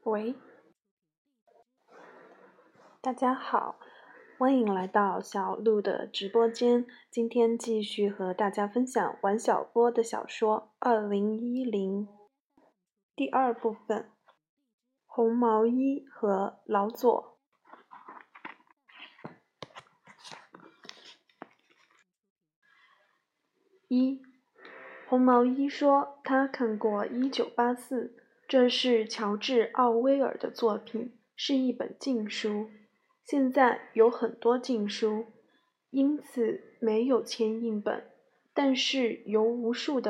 喂，大家好，欢迎来到小鹿的直播间。今天继续和大家分享王小波的小说《2010》第二部分《红毛衣和老左》。红毛衣说他看过1984，这是乔治·奥威尔的作品，是一本禁书。现在有很多禁书，因此没有签印本，但是有无数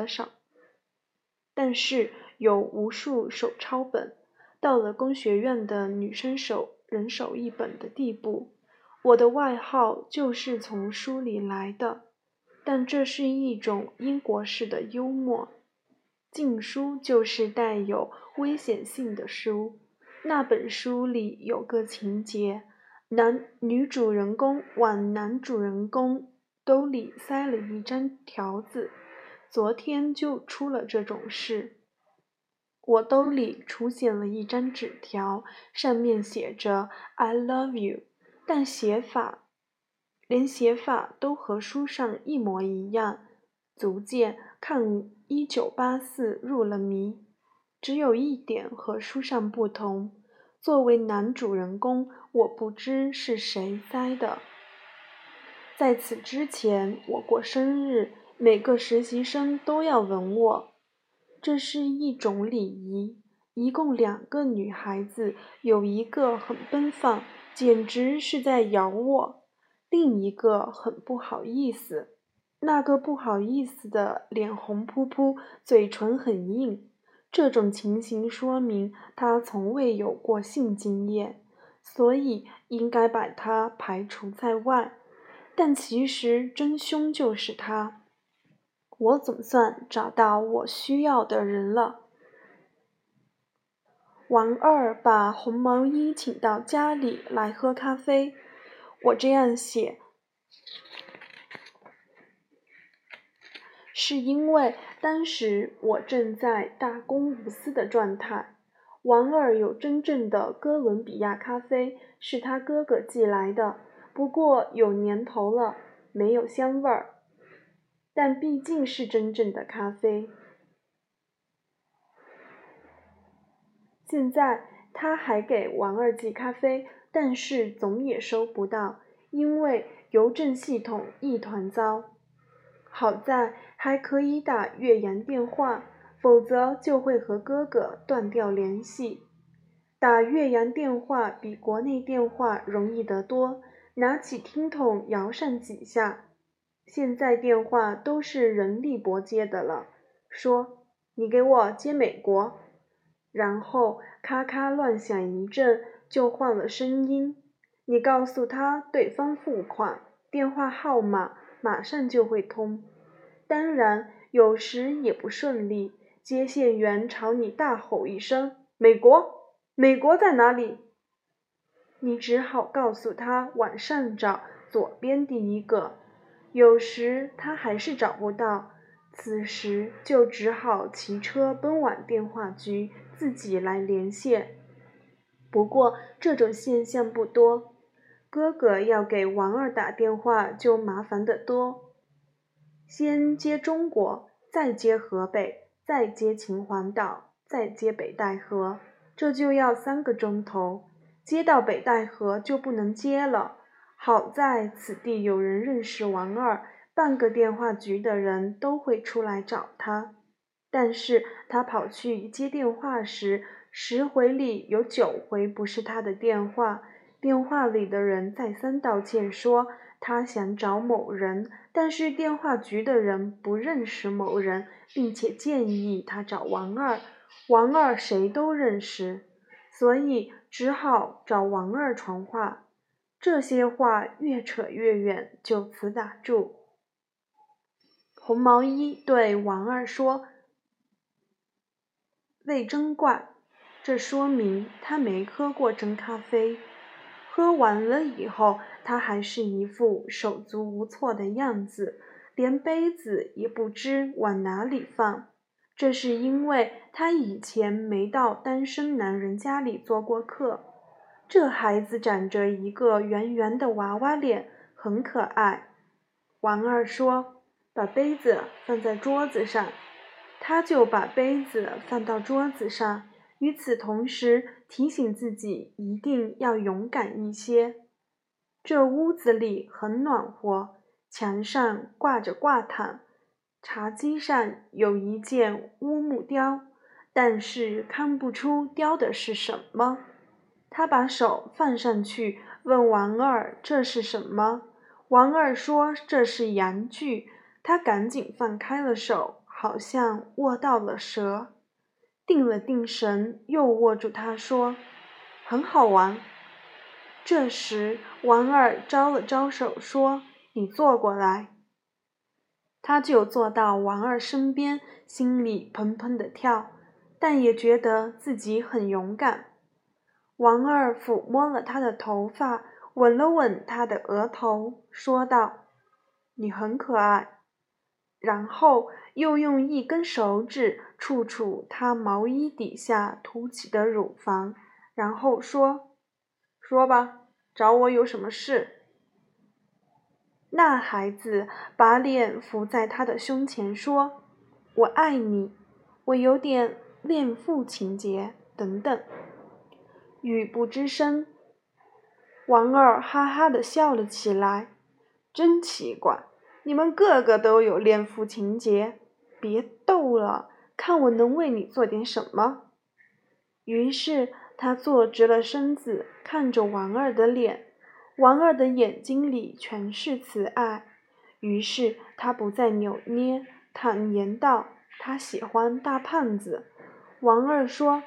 手抄本，到了工学院的女生人手一本的地步。我的外号就是从书里来的，但这是一种英国式的幽默。禁书就是带有危险性的书。那本书里有个情节，女主人公往男主人公兜里塞了一张条子，昨天就出了这种事。我兜里出现了一张纸条，上面写着 I love you， 但连写法都和书上一模一样，足见看1984入了迷。只有一点和书上不同，作为男主人公，我不知是谁塞的。在此之前，我过生日，每个实习生都要吻我，这是一种礼仪。一共2个女孩子，有一个很奔放，简直是在咬我，另一个很不好意思。那个不好意思的脸红扑扑，嘴唇很硬。这种情形说明她从未有过性经验，所以应该把她排除在外。但其实真凶就是他。我总算找到我需要的人了。王二把红毛衣请到家里来喝咖啡。我这样写，是因为当时我正在大公无私的状态。王二有真正的哥伦比亚咖啡，是他哥哥寄来的，不过有年头了，没有香味儿，但毕竟是真正的咖啡。现在他还给王二寄咖啡，但是总也收不到，因为邮政系统一团糟。好在还可以打越洋电话，否则就会和哥哥断掉联系。打越洋电话比国内电话容易得多，拿起听筒摇上几下。现在电话都是人力拨接的了，说你给我接美国，然后咔咔乱响一阵，就换了声音。你告诉他对方付款，电话号码马上就会通。当然有时也不顺利，接线员朝你大吼一声美国，美国在哪里？你只好告诉他往上找，左边第一个。有时他还是找不到，此时就只好骑车奔往电话局，自己来连线。不过这种现象不多，哥哥要给王二打电话就麻烦得多。先接中国，再接河北，再接秦皇岛，再接北戴河，这就要3个钟头。接到北戴河就不能接了。好在此地有人认识王二，半个电话局的人都会出来找他。但是他跑去接电话时，10回里有9回不是他的电话。电话里的人再三道歉说他想找某人，但是电话局的人不认识某人，并且建议他找王二。王二谁都认识，所以只好找王二传话。这些话越扯越远，就此打住。红毛衣对王二说，味真怪，这说明他没喝过真咖啡。喝完了以后，他还是一副手足无措的样子，连杯子也不知往哪里放。 这是因为他以前没到单身男人家里做过客。这孩子长着一个圆圆的娃娃脸，很可爱。王二说：“把杯子放在桌子上。”他就把杯子放到桌子上，与此同时提醒自己一定要勇敢一些。这屋子里很暖和，墙上挂着挂毯，茶几上有一件乌木雕，但是看不出雕的是什么。他把手放上去，问王二这是什么。王二说这是阳具，他赶紧放开了手，好像握到了蛇。定了定神，又握住它说：“很好玩。”这时王二招了招手说：“你坐过来。”他就坐到王二身边，心里砰砰地跳，但也觉得自己很勇敢。王二抚摸了他的头发，吻了吻他的额头，说道：“你很可爱。”然后又用一根手指触触他毛衣底下凸起的乳房，然后说：“说吧，找我有什么事？”那孩子把脸伏在他的胸前说：“我爱你，我有点恋父情节，等等。”语不知声。王二哈哈地笑了起来。真奇怪，你们个个都有恋父情节，别逗了，看我能为你做点什么。于是他坐直了身子，看着王二的脸，王二的眼睛里全是慈爱。于是他不再扭捏，坦言道：“他喜欢大胖子。”王二说：“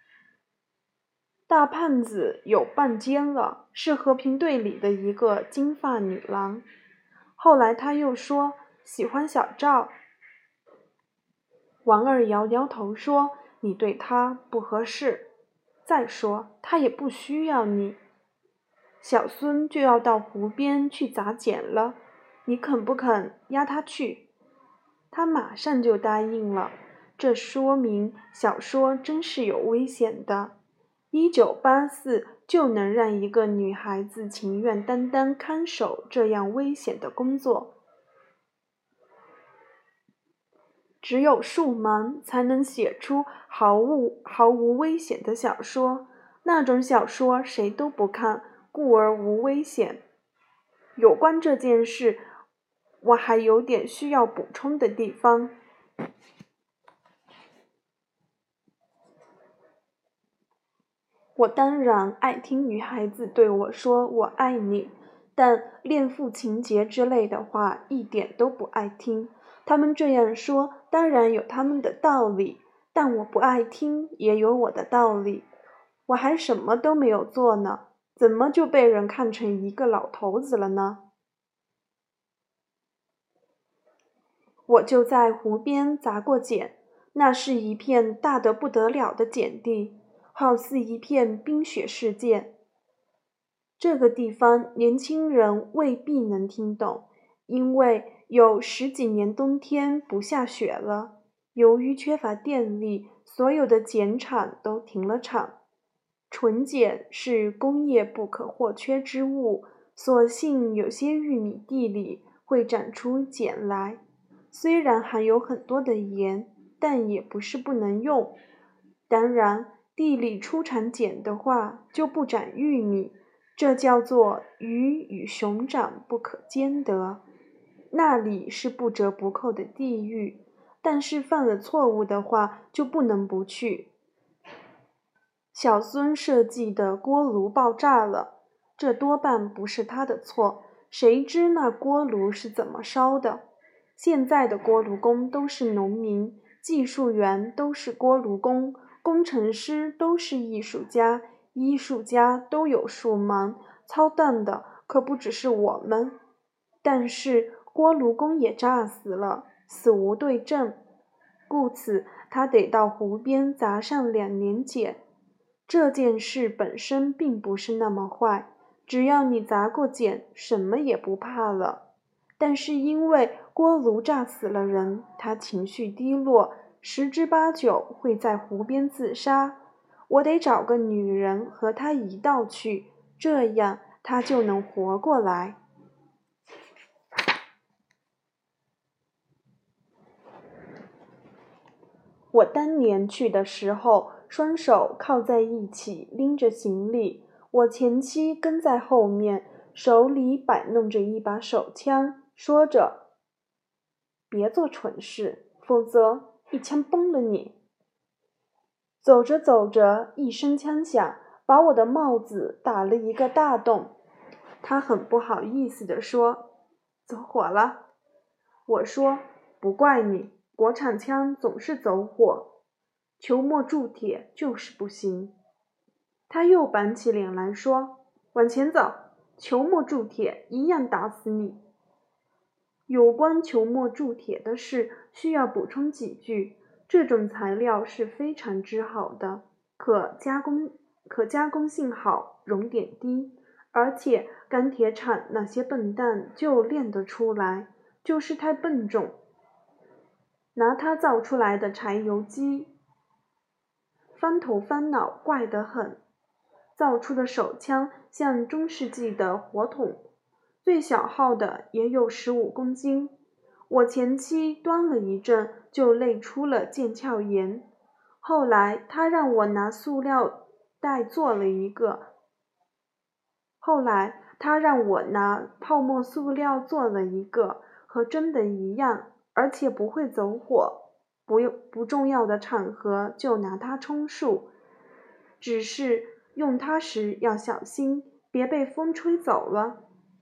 大胖子有半肩了，是和平队里的一个金发女郎。”后来他又说喜欢小赵。王二摇摇头说：“你对他不合适，再说他也不需要你。小孙就要到湖边去砸碱了，你肯不肯押他去？”他马上就答应了。这说明小说真是有危险的。1984就能让一个女孩子情愿担当看守这样危险的工作。只有树盲才能写出毫无危险的小说，那种小说谁都不看，故而无危险。有关这件事，我还有点需要补充的地方。我当然爱听女孩子对我说我爱你，但恋父情节之类的话一点都不爱听。他们这样说当然有他们的道理，但我不爱听也有我的道理。我还什么都没有做呢，怎么就被人看成一个老头子了呢？我就在湖边砸过碱，那是一片大得不得了的碱地，好似一片冰雪世界。这个地方年轻人未必能听懂，因为有10几年冬天不下雪了。由于缺乏电力，所有的碱厂都停了厂。纯碱是工业不可或缺之物，所幸有些玉米地里会长出碱来，虽然含有很多的盐，但也不是不能用。当然，地里出产碱的话，就不长玉米，这叫做鱼与熊掌不可兼得。那里是不折不扣的地狱，但是犯了错误的话，就不能不去。小孙设计的锅炉爆炸了，这多半不是他的错，谁知那锅炉是怎么烧的？现在的锅炉工都是农民，技术员都是锅炉工，工程师都是艺术家，艺术家都有树盲，操蛋的可不只是我们。但是锅炉工也炸死了，死无对证，故此他得到湖边砸上2年碱。这件事本身并不是那么坏，只要你砸过碱，什么也不怕了。但是因为锅炉炸死了人，他情绪低落， 十之八九会在湖边自杀。我得找个女人和他一道去，这样他就能活过来。我当年去的时候，双手靠在一起拎着行李，我前妻跟在后面，手里摆弄着一把手枪，说着：“别做蠢事，否则一枪崩了你。”走着走着，一声枪响，把我的帽子打了一个大洞。他很不好意思地说：“走火了。”我说：“不怪你，国产枪总是走火，球墨铸铁就是不行。”他又板起脸来说：“往前走，球墨铸铁一样打死你。”有关球墨铸铁的事需要补充几句。这种材料是非常之好的，可加工性好，熔点低，而且钢铁厂那些笨蛋就炼得出来，就是太笨重。拿它造出来的柴油机翻头翻脑，怪得很。造出的手枪像中世纪的火筒，最小号的也有15公斤。我前妻端了一阵，就累出了腱鞘炎。后来他让我拿塑料袋做了一个，泡沫塑料做了一个，和真的一样，而且不会走火。不重要的场合就拿它充数，只是用它时要小心，别被风吹走了。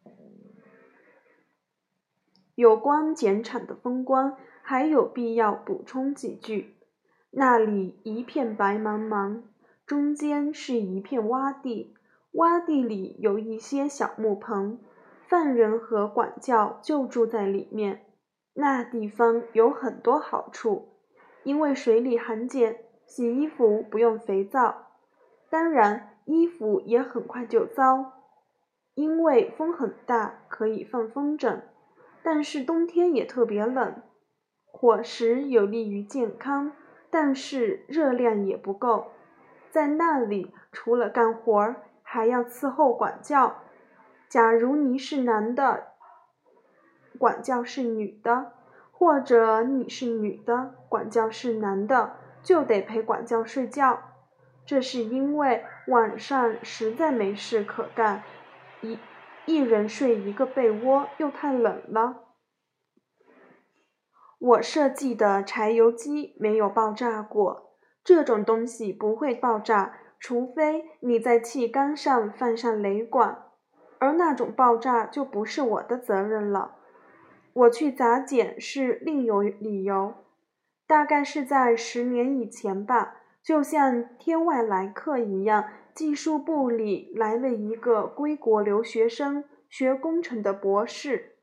有关碱厂的风光，还有必要补充几句。那里一片白茫茫，中间是一片洼地，洼地里有一些小木棚，犯人和管教就住在里面。那地方有很多好处，因为水里很碱，洗衣服不用肥皂，当然衣服也很快就糟，因为风很大，可以放风筝。但是冬天也特别冷，伙食有利于健康，但是热量也不够。在那里除了干活儿，还要伺候管教。假如你是男的，管教是女的，或者你是女的，管教是男的，就得陪管教睡觉。这是因为晚上实在没事可干，一人睡一个被窝又太冷了。我设计的柴油机没有爆炸过，这种东西不会爆炸，除非你在气缸上放上雷管，而那种爆炸就不是我的责任了。我去砸碱是另有理由，大概是在10年以前吧，就像天外来客一样，技术部里来了一个归国留学生，学工程的博士。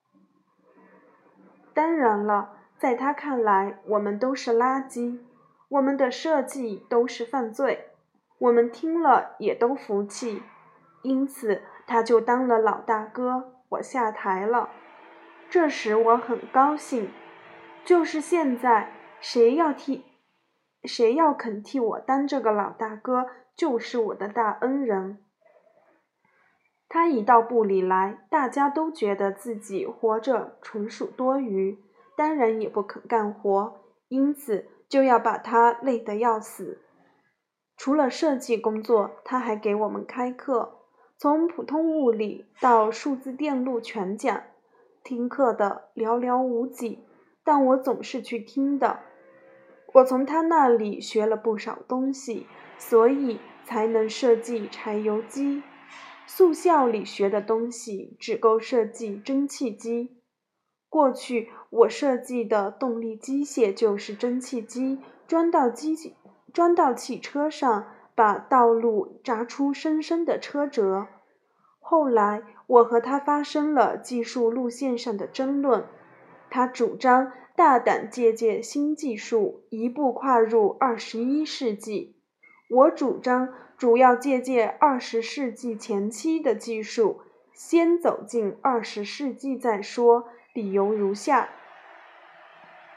当然了，在他看来，我们都是垃圾，我们的设计都是犯罪，我们听了也都服气，因此他就当了老大哥，我下台了。这时我很高兴，就是现在，谁要肯替我当这个老大哥，就是我的大恩人。他一到部里来，大家都觉得自己活着纯属多余，当然也不肯干活，因此就要把他累得要死。除了设计工作，他还给我们开课，从普通物理到数字电路全讲，听课的寥寥无几，但我总是去听的。我从他那里学了不少东西，所以才能设计柴油机。速效里学的东西只够设计蒸汽机。过去我设计的动力机械就是蒸汽机，装到汽车上，把道路扎出深深的车辙。后来我和他发生了技术路线上的争论，他主张大胆借新技术，一步跨入21世纪。我主张主要借20世纪前期的技术，先走进20世纪再说，理由如下。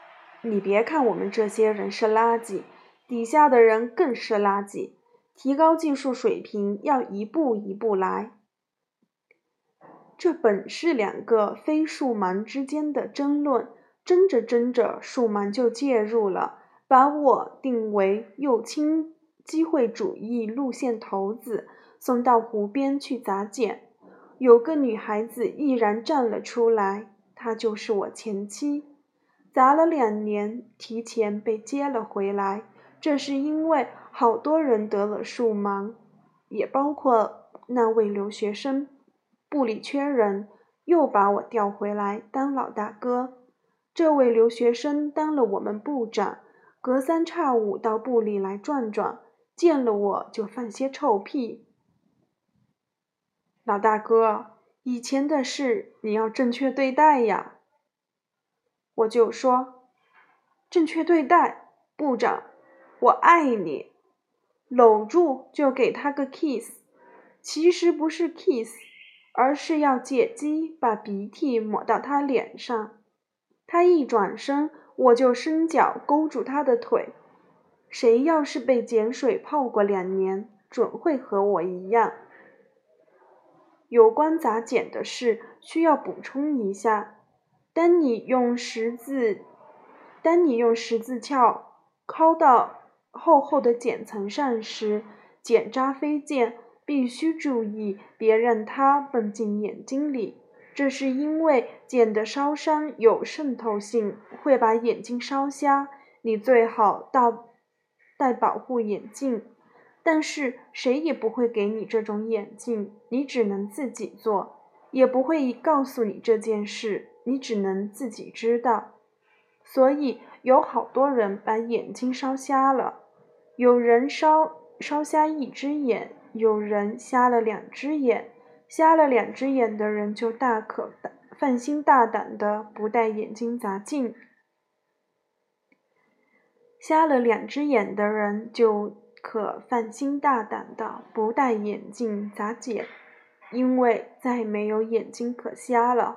你别看我们这些人是垃圾，底下的人更是垃圾。提高技术水平要一步一步来。这本是两个非数盲之间的争论，争着争着，数盲就介入了，把我定为右倾机会主义路线头子，送到湖边去砸碱。有个女孩子毅然站了出来，她就是我前妻。砸了2年，提前被接了回来，这是因为好多人得了数盲，也包括那位留学生。部里缺人，又把我调回来当老大哥。这位留学生当了我们部长，隔三差五到部里来转转，见了我就放些臭屁。老大哥，以前的事你要正确对待呀。我就说，正确对待，部长，我爱你。搂住就给他个 kiss， 其实不是 kiss， 而是要借机把鼻涕抹到他脸上。他一转身，我就伸脚勾住他的腿。谁要是被碱水泡过2年，准会和我一样。有关砸碱的事需要补充一下，当你用十字鞘敲到厚厚的碱层上时，碱渣飞溅，必须注意别让它蹦进眼睛里，这是因为碱的烧伤有渗透性，会把眼睛烧瞎，你最好戴保护眼镜。但是谁也不会给你这种眼镜，你只能自己做，也不会告诉你这件事，你只能自己知道。所以有好多人把眼睛烧瞎了，有人烧瞎1只眼，有人瞎了2只眼。瞎了2只眼的人就大可放心大胆的不戴眼睛砸镜，瞎了2只眼的人就可放心大胆的不戴眼镜砸碱，因为再没有眼睛可瞎了。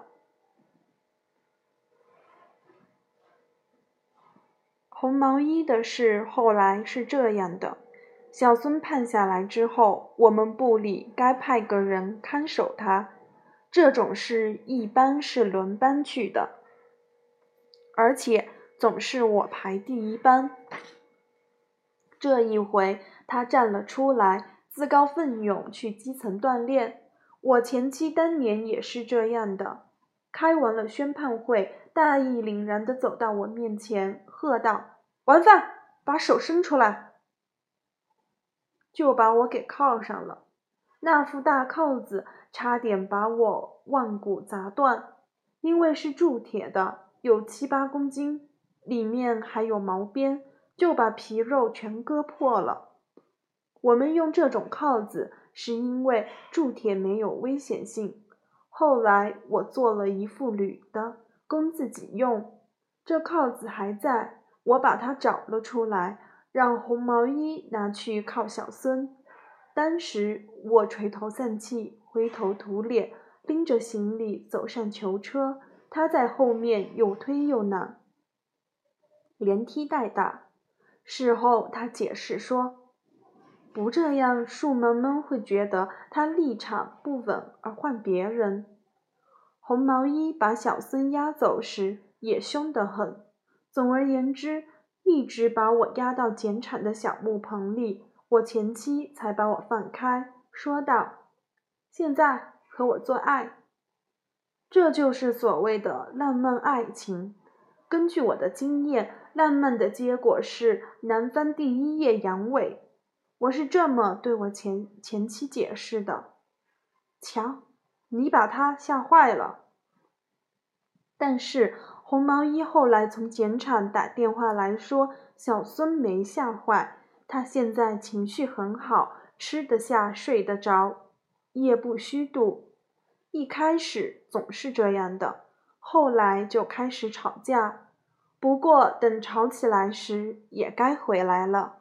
红毛衣的事后来是这样的，小孙判下来之后，我们部里该派个人看守他，这种事一般是轮班去的，而且总是我排第1班。这一回他站了出来，自告奋勇去基层锻炼。我前妻当年也是这样的，开完了宣判会，大义凛然地走到我面前，喝道：“王范，把手伸出来！”就把我给铐上了。那副大铐子差点把我腕骨砸断，因为是铸铁的，有7、8公斤，里面还有毛边，就把皮肉全割破了。我们用这种铐子是因为铸铁没有危险性。后来我做了一副铝的，供自己用。这铐子还在，我把它找了出来，让红毛衣拿去铐小孙。当时我垂头丧气，灰头土脸，拎着行李走上囚车，他在后面又推又揽，连踢带打。事后他解释说，不这样庶们们会觉得他立场不稳而换别人。红毛衣把小孙押走时也凶得很，总而言之，一直把我押到碱厂的小木棚里，我前妻才把我放开，说道：“现在和我做爱。”这就是所谓的浪漫爱情。根据我的经验，浪漫的结果是男方第1夜阳痿。我是这么对我前妻解释的：“瞧，你把他吓坏了。”但是红毛衣后来从碱厂打电话来说，小孙没吓坏，他现在情绪很好，吃得下睡得着，夜不虚度。一开始总是这样的，后来就开始吵架，不过等吵起来时也该回来了。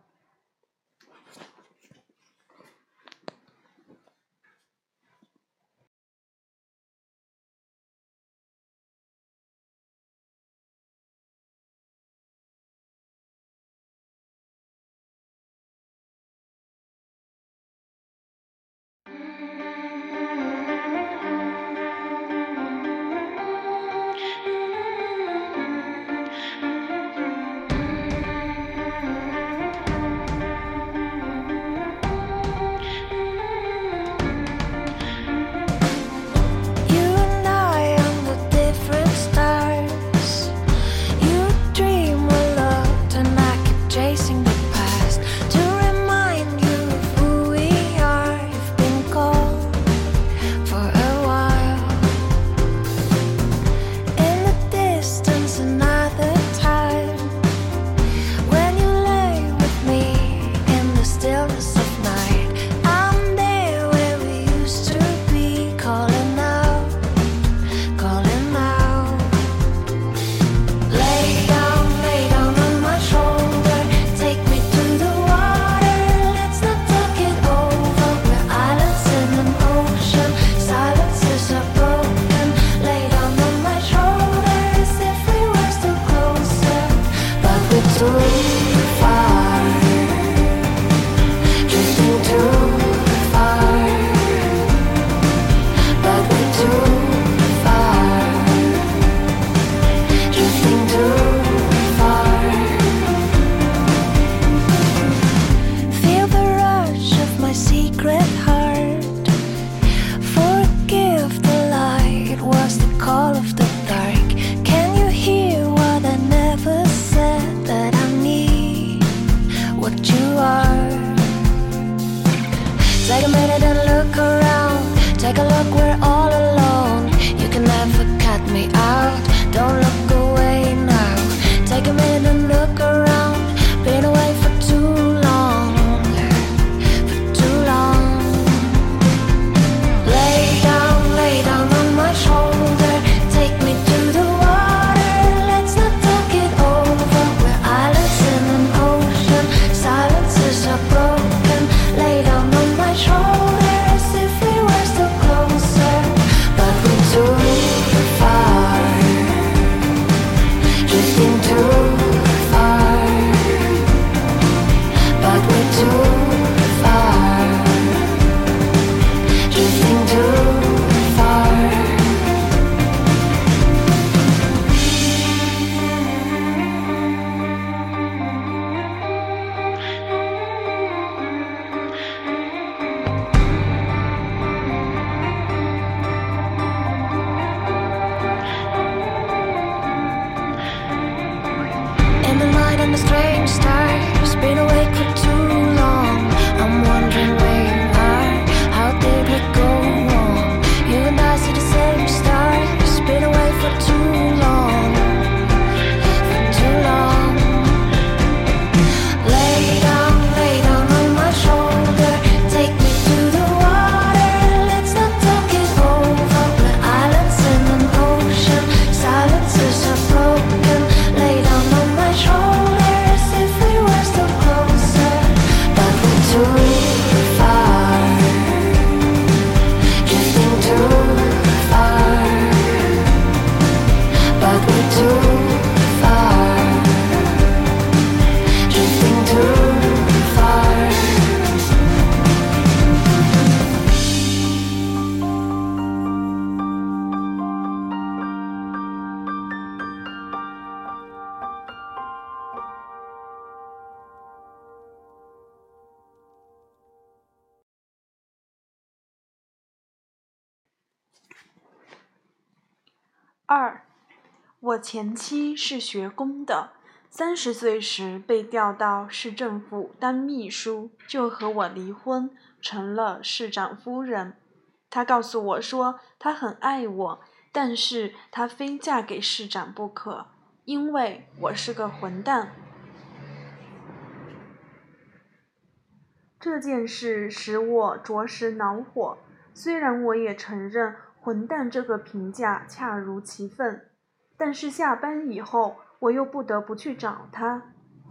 2. 我前妻是学工的，30岁时被调到市政府当秘书，就和我离婚，成了市长夫人。她告诉我说，她很爱我，但是她非嫁给市长不可，因为我是个混蛋。这件事使我着实恼火，虽然我也承认混蛋这个评价恰如其分，但是下班以后我又不得不去找他。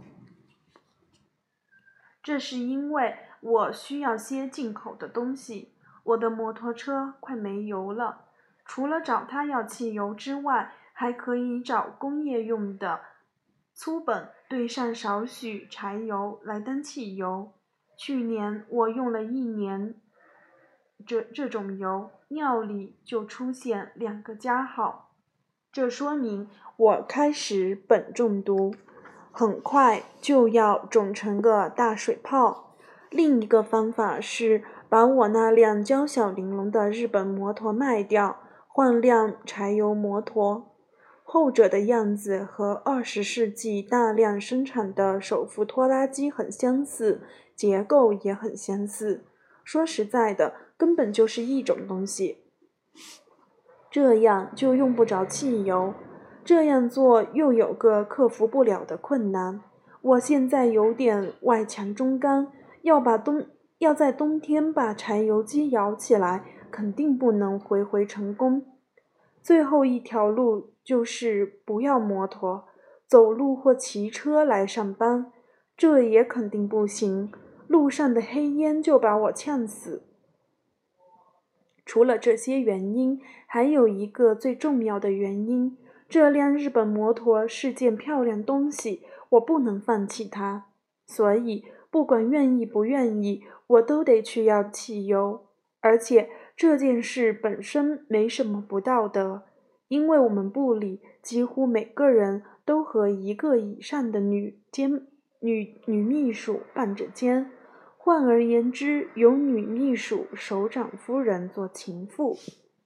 这是因为我需要些进口的东西，我的摩托车快没油了，除了找他要汽油之外，还可以找工业用的粗本兑上少许柴油来当汽油。去年我用了1年这种油，尿里就出现2个加号，这说明我开始苯中毒，很快就要肿成个大水泡。另一个方法是把我那辆娇小玲珑的日本摩托卖掉，换辆柴油摩托。后者的样子和20世纪大量生产的手扶拖拉机很相似，结构也很相似。说实在的，根本就是一种东西。这样就用不着汽油。这样做又有个克服不了的困难，我现在有点外强中干，要在冬天把柴油机摇起来，肯定不能回成功。最后一条路就是不要摩托，走路或骑车来上班，这也肯定不行，路上的黑烟就把我呛死。除了这些原因，还有一个最重要的原因，这辆日本摩托是件漂亮东西，我不能放弃它，所以不管愿意不愿意，我都得去要汽油。而且这件事本身没什么不道德，因为我们部里几乎每个人都和1个以上的女秘书拌着奸，换而言之，有女秘书首长夫人做情妇，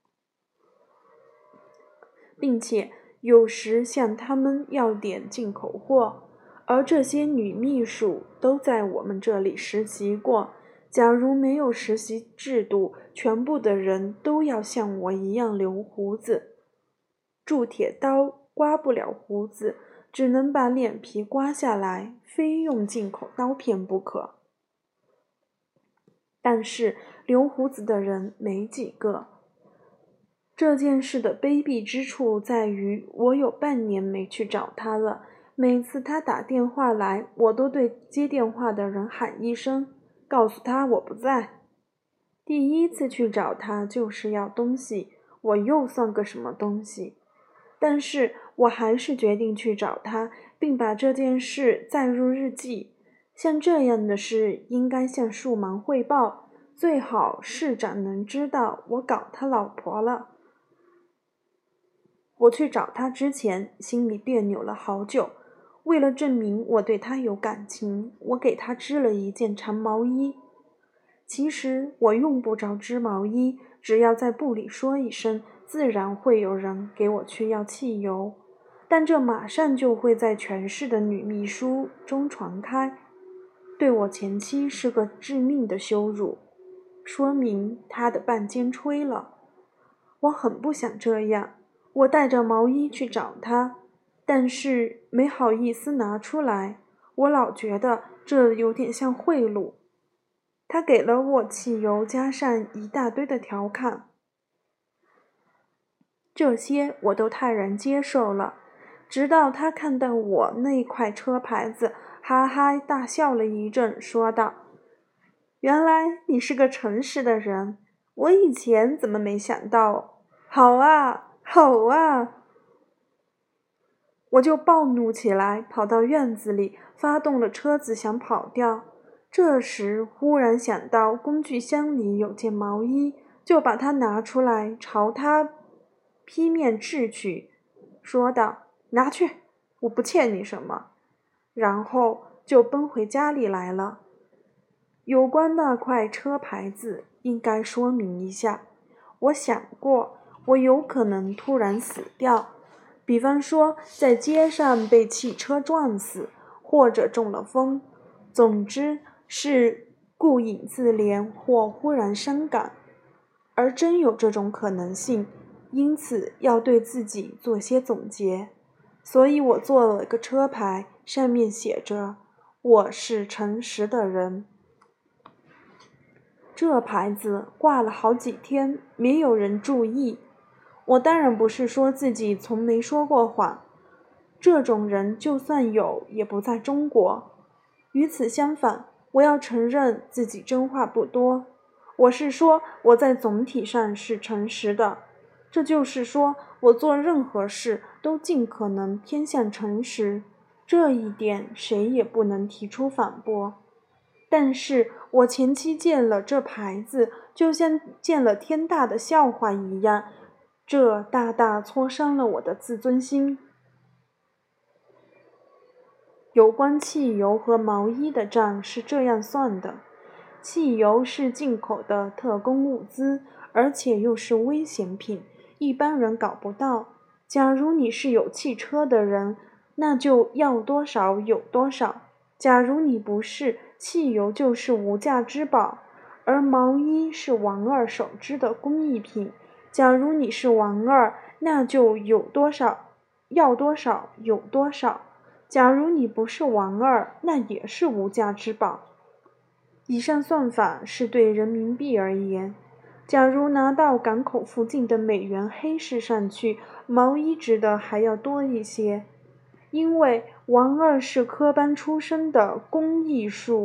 并且有时向他们要点进口货，而这些女秘书都在我们这里实习过。假如没有实习制度，全部的人都要像我一样留胡子，铸铁刀刮不了胡子，只能把脸皮刮下来，非用进口刀片不可。但是留胡子的人没几个。这件事的卑鄙之处在于，我有半年没去找他了，每次他打电话来，我都对接电话的人喊一声，告诉他我不在。第一次去找他就是要东西，我又算个什么东西？但是我还是决定去找他，并把这件事载入日记。像这样的事应该向庶盲汇报，最好市长能知道我搞他老婆了。我去找他之前，心里别扭了好久。为了证明我对他有感情，我给他织了一件长毛衣。其实我用不着织毛衣，只要在部里说一声，自然会有人给我去要汽油。但这马上就会在全市的女秘书中传开，对我前妻是个致命的羞辱，说明她的半肩吹了。我很不想这样，我带着毛衣去找他，但是没好意思拿出来，我老觉得这有点像贿赂。他给了我汽油，加上一大堆的调侃，这些我都泰然接受了，直到他看到我那块车牌子，哈哈大笑了一阵，说道：“原来你是个诚实的人，我以前怎么没想到？好啊，好啊！”我就暴怒起来，跑到院子里，发动了车子想跑掉。这时忽然想到工具箱里有件毛衣，就把它拿出来，朝他劈面掷去，说道：“拿去，我不欠你什么。”然后就奔回家里来了。有关那块车牌子，应该说明一下。我想过， 我有可能突然死掉，比方说在街上被汽车撞死，或者中了风，总之是顾影自怜或忽然伤感。而真有这种可能性，因此要对自己做些总结。所以我做了个车牌，上面写着我是诚实的人。这牌子挂了好几天，没有人注意。我当然不是说自己从没说过谎，这种人就算有，也不在中国。与此相反，我要承认自己真话不多。我是说，我在总体上是诚实的，这就是说，我做任何事都尽可能偏向诚实，这一点谁也不能提出反驳。但是我前期见了这牌子，就像见了天大的笑话一样，这大大挫伤了我的自尊心。有关汽油和毛衣的账是这样算的：汽油是进口的特供物资，而且又是危险品，一般人搞不到。假如你是有汽车的人，那就要多少有多少；假如你不是，汽油就是无价之宝。而毛衣是王二手织的工艺品，假如你是王二，那就有多少要多少有多少。假如你不是王二，那也是无价之宝。以上算法是对人民币而言。假如拿到港口附近的美元黑市上去，毛衣值的还要多一些。因为王二是科班出身的工艺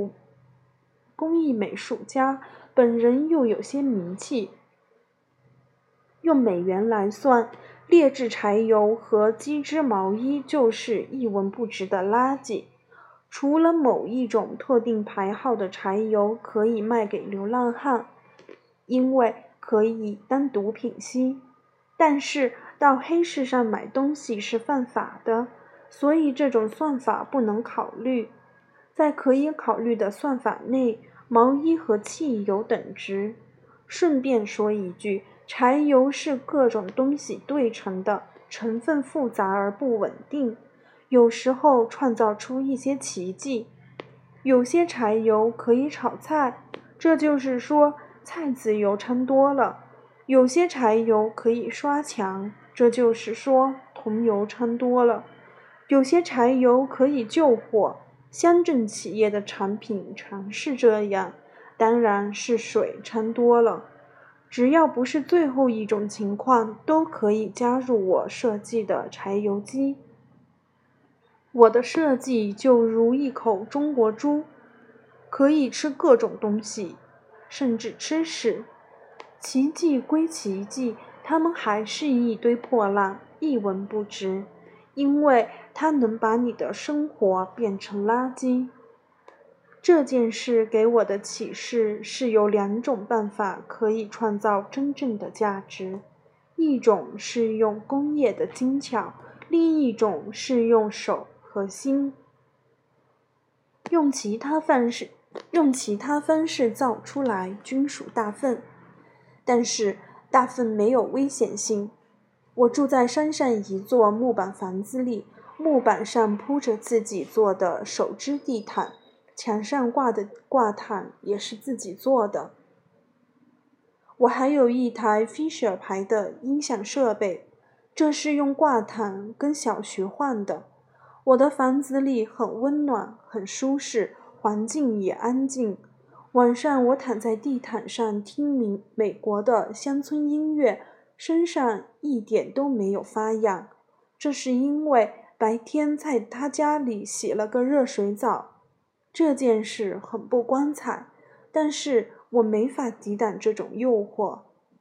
美术家，本人又有些名气。用美元来算，劣质柴油和机织毛衣就是一文不值的垃圾。除了某一种特定牌号的柴油可以卖给流浪汉，因为可以当毒品吸，但是到黑市上买东西是犯法的，所以这种算法不能考虑。在可以考虑的算法内，毛衣和汽油等值。顺便说一句，柴油是各种东西对成的，成分复杂而不稳定，有时候创造出一些奇迹。有些柴油可以炒菜，这就是说菜籽油掺多了；有些柴油可以刷墙，这就是说桐油掺多了；有些柴油可以救火，乡镇企业的产品常是这样，当然是水掺多了。只要不是最后一种情况，都可以加入我设计的柴油机。我的设计就如一口中国猪，可以吃各种东西，甚至吃屎。奇迹归奇迹，它们还是一堆破烂，一文不值，因为它能把你的生活变成垃圾。这件事给我的启示是有两种办法可以创造真正的价值，一种是用工业的精巧，另一种是用手和心，用其他方式造出来均属大粪。但是大粪没有危险性。我住在山上一座木板房子里，木板上铺着自己做的手织地毯，墙上挂的挂毯也是自己做的。我还有一台 Fisher 牌的音响设备，这是用挂毯跟小徐换的。我的房子里很温暖，很舒适，环境也安静。晚上我躺在地毯上听美国的乡村音乐，身上一点都没有发痒。这是因为白天在他家里洗了个热水澡。这件事很不光彩，但是我没法抵挡这种诱惑。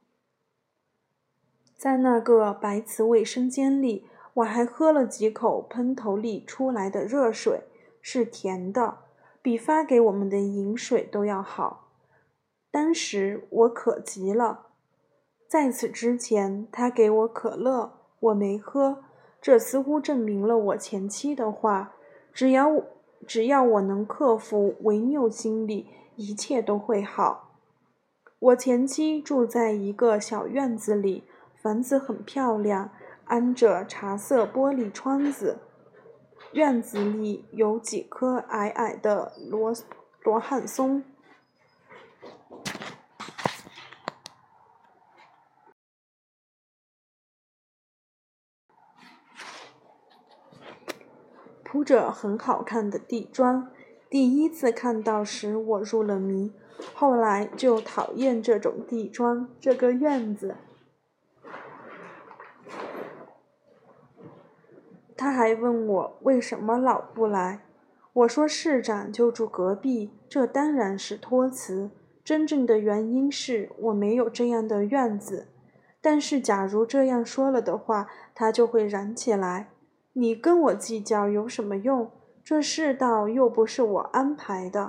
在那个白瓷卫生间里，我还喝了几口喷头里出来的热水，是甜的，比发给我们的饮水都要好。当时我渴极了。在此之前，他给我可乐，我没喝，这似乎证明了我前妻的话，只要我能克服违拗心理，一切都会好。我前妻住在一个小院子里， 房子很漂亮，安着茶色玻璃窗子。院子里有几棵矮矮的罗汉松。铺着很好看的地砖，第一次看到时我入了迷，后来就讨厌这种地砖，这个院子。他还问我为什么老不来，我说市长就住隔壁，这当然是托词，真正的原因是我没有这样的院子。但是假如这样说了的话，他就会燃起来。你跟我计较有什么用？这世道又不是我安排的。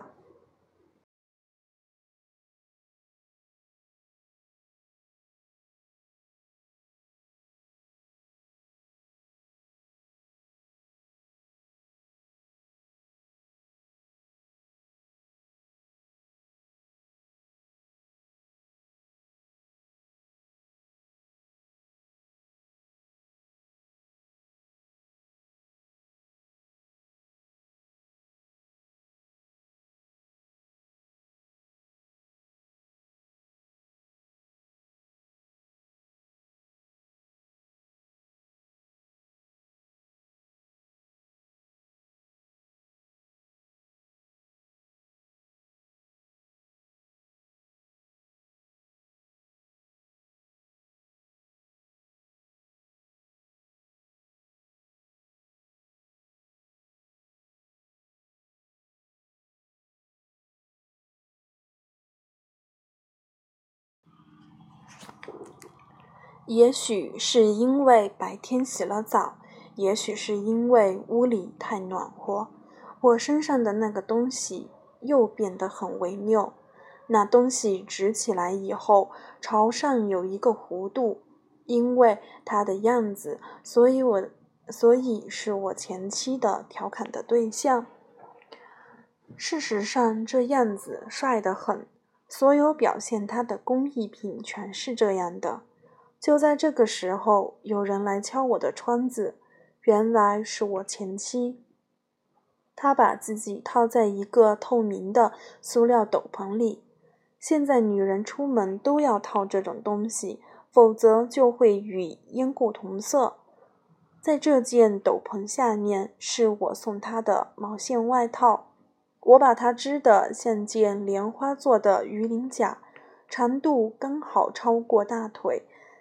也许是因为白天洗了澡，也许是因为屋里太暖和，我身上的那个东西又变得很微妙。那东西直起来以后，朝上有一个弧度，因为它的样子，所以是我前妻的调侃的对象。事实上，这样子帅得很，所有表现他的工艺品全是这样的。就在这个时候，有人来敲我的窗子，原来是我前妻。她把自己套在一个透明的塑料斗篷里。现在女人出门都要套这种东西，否则就会与烟故同色。在这件斗篷下面是我送她的毛线外套，我把它织得像件莲花做的鱼鳞甲，长度刚好超过大腿。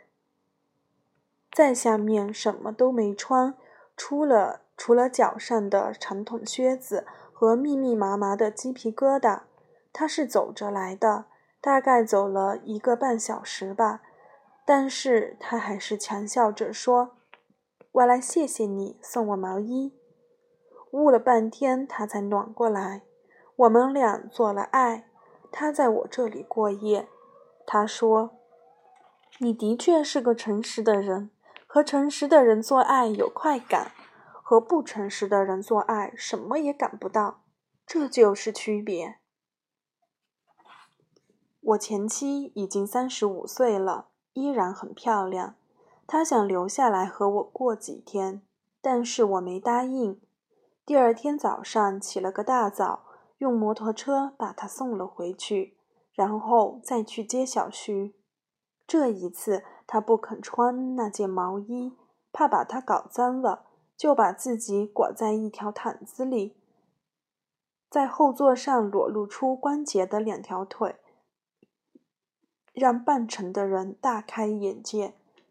在下面什么都没穿，除了脚上的长筒靴子和密密麻麻的鸡皮疙瘩。他是走着来的，大概走了1个半小时吧，但是他还是强笑着说：“我来谢谢你送我毛衣。”捂了半天他才暖过来。我们俩做了爱，他在我这里过夜。他说：“你的确是个诚实的人。和诚实的人做爱有快感，和不诚实的人做爱什么也感不到，这就是区别。”我前妻已经35岁了，依然很漂亮。她想留下来和我过几天，但是我没答应。第二天早上起了个大早，用摩托车把她送了回去，然后再去接小徐。这一次他不肯穿那件毛衣，怕把它搞脏了，就把自己裹在一条毯子里，在后座上裸露出关节的2条腿，让半程的人大开眼界。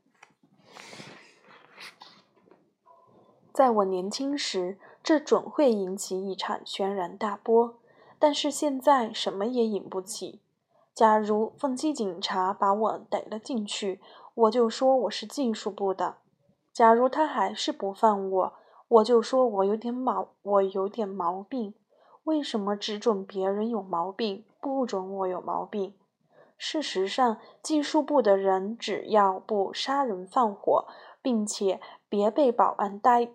在我年轻时，这准会引起一场轩然大波，但是现在什么也引不起。假如凤栖警察把我逮了进去，我就说我是技术部的；假如他还是不放我，我就说我有点毛病。为什么只准别人有毛病，不准我有毛病？事实上，技术部的人只要不杀人放火，并且别被保安逮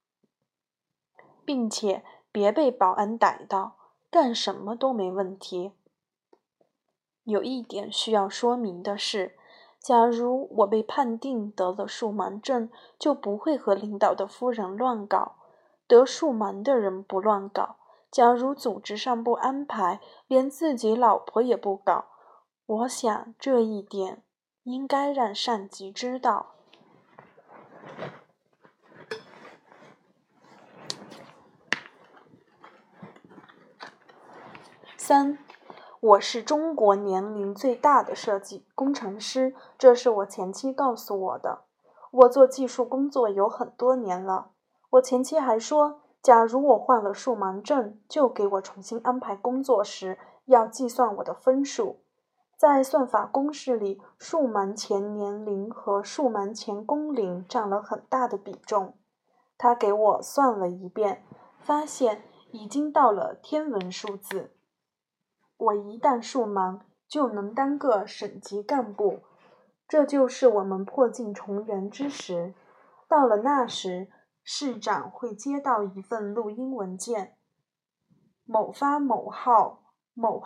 到，干什么都没问题。有一点需要说明的是， 假如我被判定得了数盲症，就不会和领导的夫人乱搞。得数盲的人不乱搞。假如组织上不安排，连自己老婆也不搞，我想这一点应该让上级知道。3. 我是中国年龄最大的设计工程师，这是我前妻告诉我的。我做技术工作有很多年了。我前妻还说，假如我患了数盲症，就给我重新安排工作时，要计算我的分数。在算法公式里，数盲前年龄和数盲前工龄占了很大的比重。他给我算了一遍，发现已经到了天文数字。我一旦数盲，就能当个省级干部，这就是我们破镜重圆之时。到了那时，市长会接到一份录音文件，某发某号冒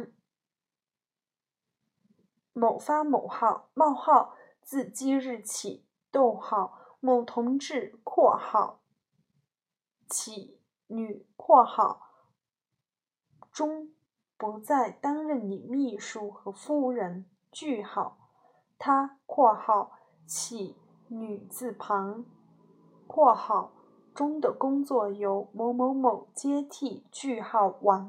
号自即日起，某同志起女中不再担任你秘书和夫人他起女字旁中的工作由某某某接替完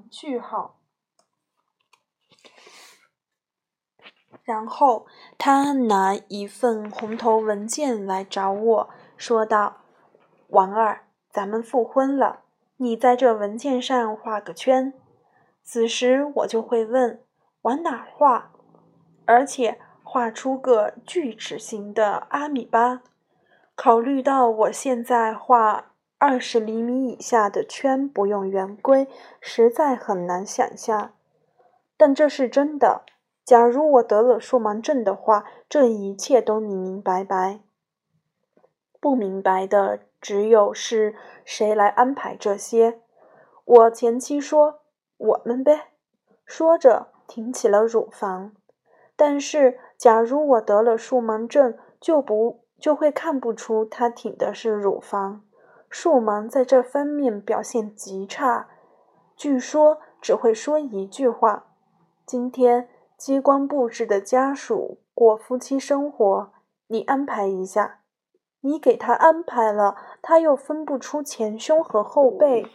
然后他拿一份红头文件来找我，说道：王二，咱们复婚了，你在这文件上画个圈。此时我就会问，往哪画？而且画出个锯齿形的阿米巴。考虑到我现在画20厘米以下的圈不用圆规，实在很难想象。但这是真的。假如我得了数盲症的话，这一切都明明白白。不明白的只有是谁来安排这些。我前妻说，我们呗，说着挺起了乳房。但是假如我得了数盲症，就会看不出他挺的是乳房。数盲在这方面表现极差，据说只会说一句话：今天机关布置的家属过夫妻生活，你安排一下。你给他安排了，他又分不出前胸和后背。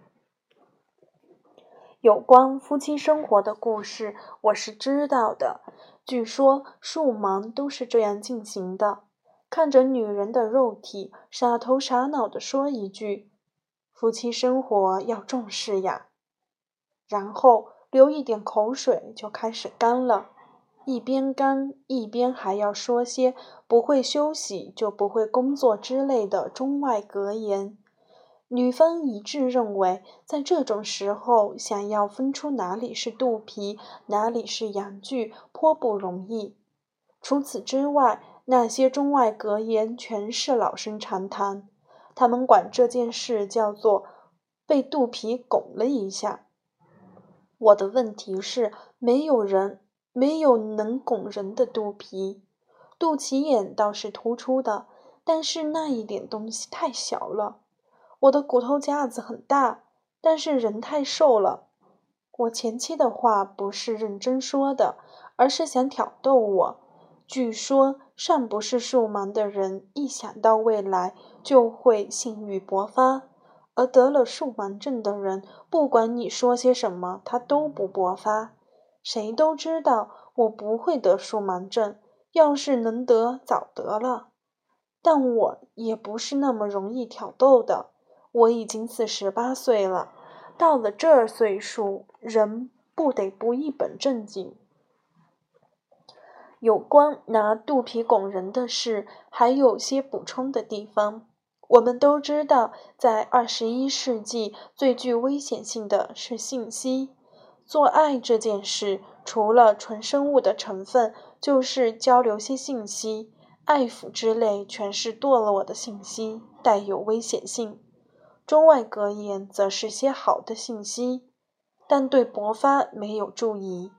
有关夫妻生活的故事我是知道的，据说数盲都是这样进行的，看着女人的肉体，傻头傻脑地说一句，夫妻生活要重视呀，然后流一点口水就开始干了，一边干一边还要说些不会休息就不会工作之类的中外格言。女方一致认为，在这种时候想要分出哪里是肚皮，哪里是阳具，颇不容易。除此之外，那些中外格言全是老生常谈，他们管这件事叫做被肚皮拱了一下。我的问题是，没有能拱人的肚皮，肚脐眼倒是突出的，但是那一点东西太小了。我的骨头架子很大，但是人太瘦了。我前妻的话不是认真说的，而是想挑逗我。据说尚不是数盲的人，一想到未来就会性欲勃发，而得了数盲症的人，不管你说些什么，他都不勃发。谁都知道我不会得数盲症，要是能得，早得了。但我也不是那么容易挑逗的。我已经48岁了，到了这岁数，人不得不一本正经。有关拿肚皮拱人的事，还有些补充的地方。我们都知道，在21世纪，最具危险性的是信息。做爱这件事，除了纯生物的成分，就是交流些信息，爱抚之类全是堕落的信息，带有危险性。中外格言则是些好的信息，但对勃发没有注意。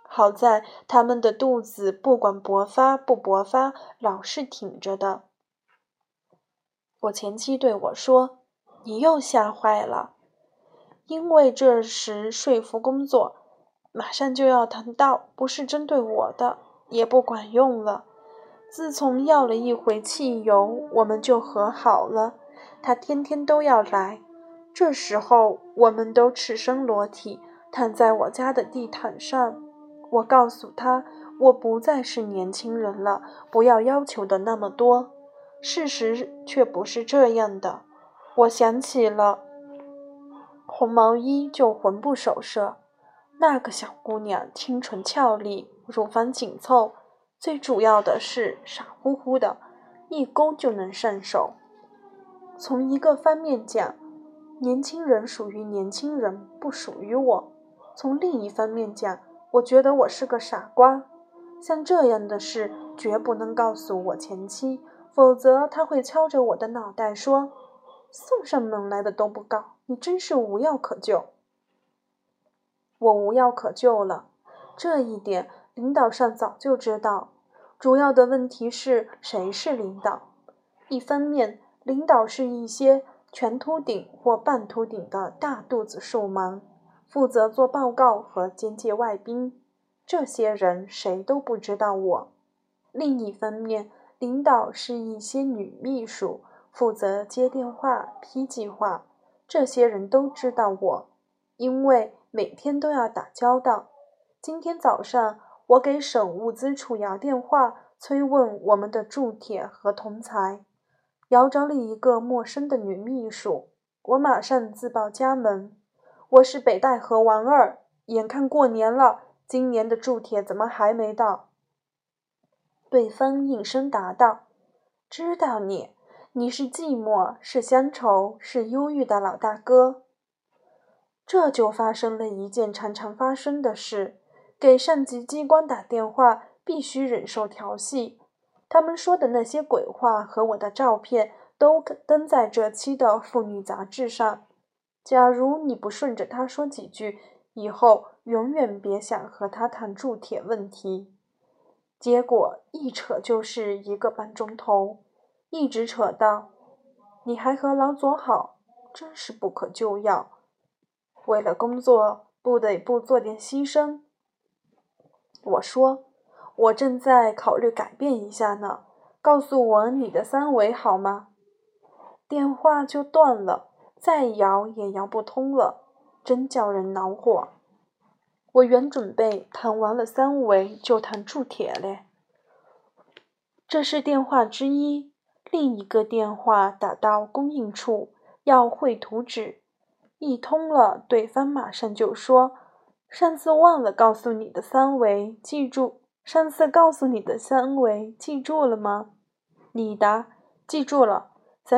好在他们的肚子不管勃发不勃发，老是挺着的。我前妻对我说：“你又吓坏了。”因为这时说服工作马上就要谈到，不是针对我的，也不管用了。自从要了一回汽油，我们就和好了。他天天都要来，这时候我们都赤身裸体躺在我家的地毯上。我告诉他，我不再是年轻人了，不要要求的那么多。事实却不是这样的。我想起了红毛衣就魂不守舍，那个小姑娘清纯俏丽，乳房紧凑，最主要的是傻乎乎的，一勾就能上手。从一个方面讲，年轻人属于年轻人，不属于我。从另一方面讲，我觉得我是个傻瓜。像这样的事绝不能告诉我前妻，否则他会敲着我的脑袋说，送上门来的都不告，你真是无药可救。我无药可救了，这一点领导上早就知道。主要的问题是谁是领导？一方面，领导是一些全秃顶或半秃顶的大肚子瘦盲，负责做报告和接见外宾，这些人谁都不知道我。另一方面，领导是一些女秘书，负责接电话、批计划，这些人都知道我，因为每天都要打交道。今天早上我给省物资处摇电话，催问我们的铸铁和铜材，摇着了一个陌生的女秘书，我马上自报家门，我是北戴河王二，眼看过年了，今年的铸铁怎么还没到？对方应声答道：“知道你是寂寞，是乡愁，是忧郁的老大哥。”这就发生了一件常常发生的事，给上级机关打电话必须忍受调戏。他们说的那些鬼话和我的照片都登在这期的妇女杂志上。假如你不顺着他说几句，以后永远别想和他谈铸铁问题。结果一扯就是1个半钟头，一直扯到你还和老左好，真是不可救药。为了工作不得不做点牺牲。我说，我正在考虑改变一下呢，告诉我你的3围好吗？电话就断了，再摇也摇不通了，真叫人恼火。我原准备谈完了3围就谈铸铁嘞。这是电话之一，另一个电话打到供应处，要绘图纸。一通了，对方马上就说：“上次忘了告诉你的3围，记住。上次告诉你的3围，记住了吗？”你答：“记住了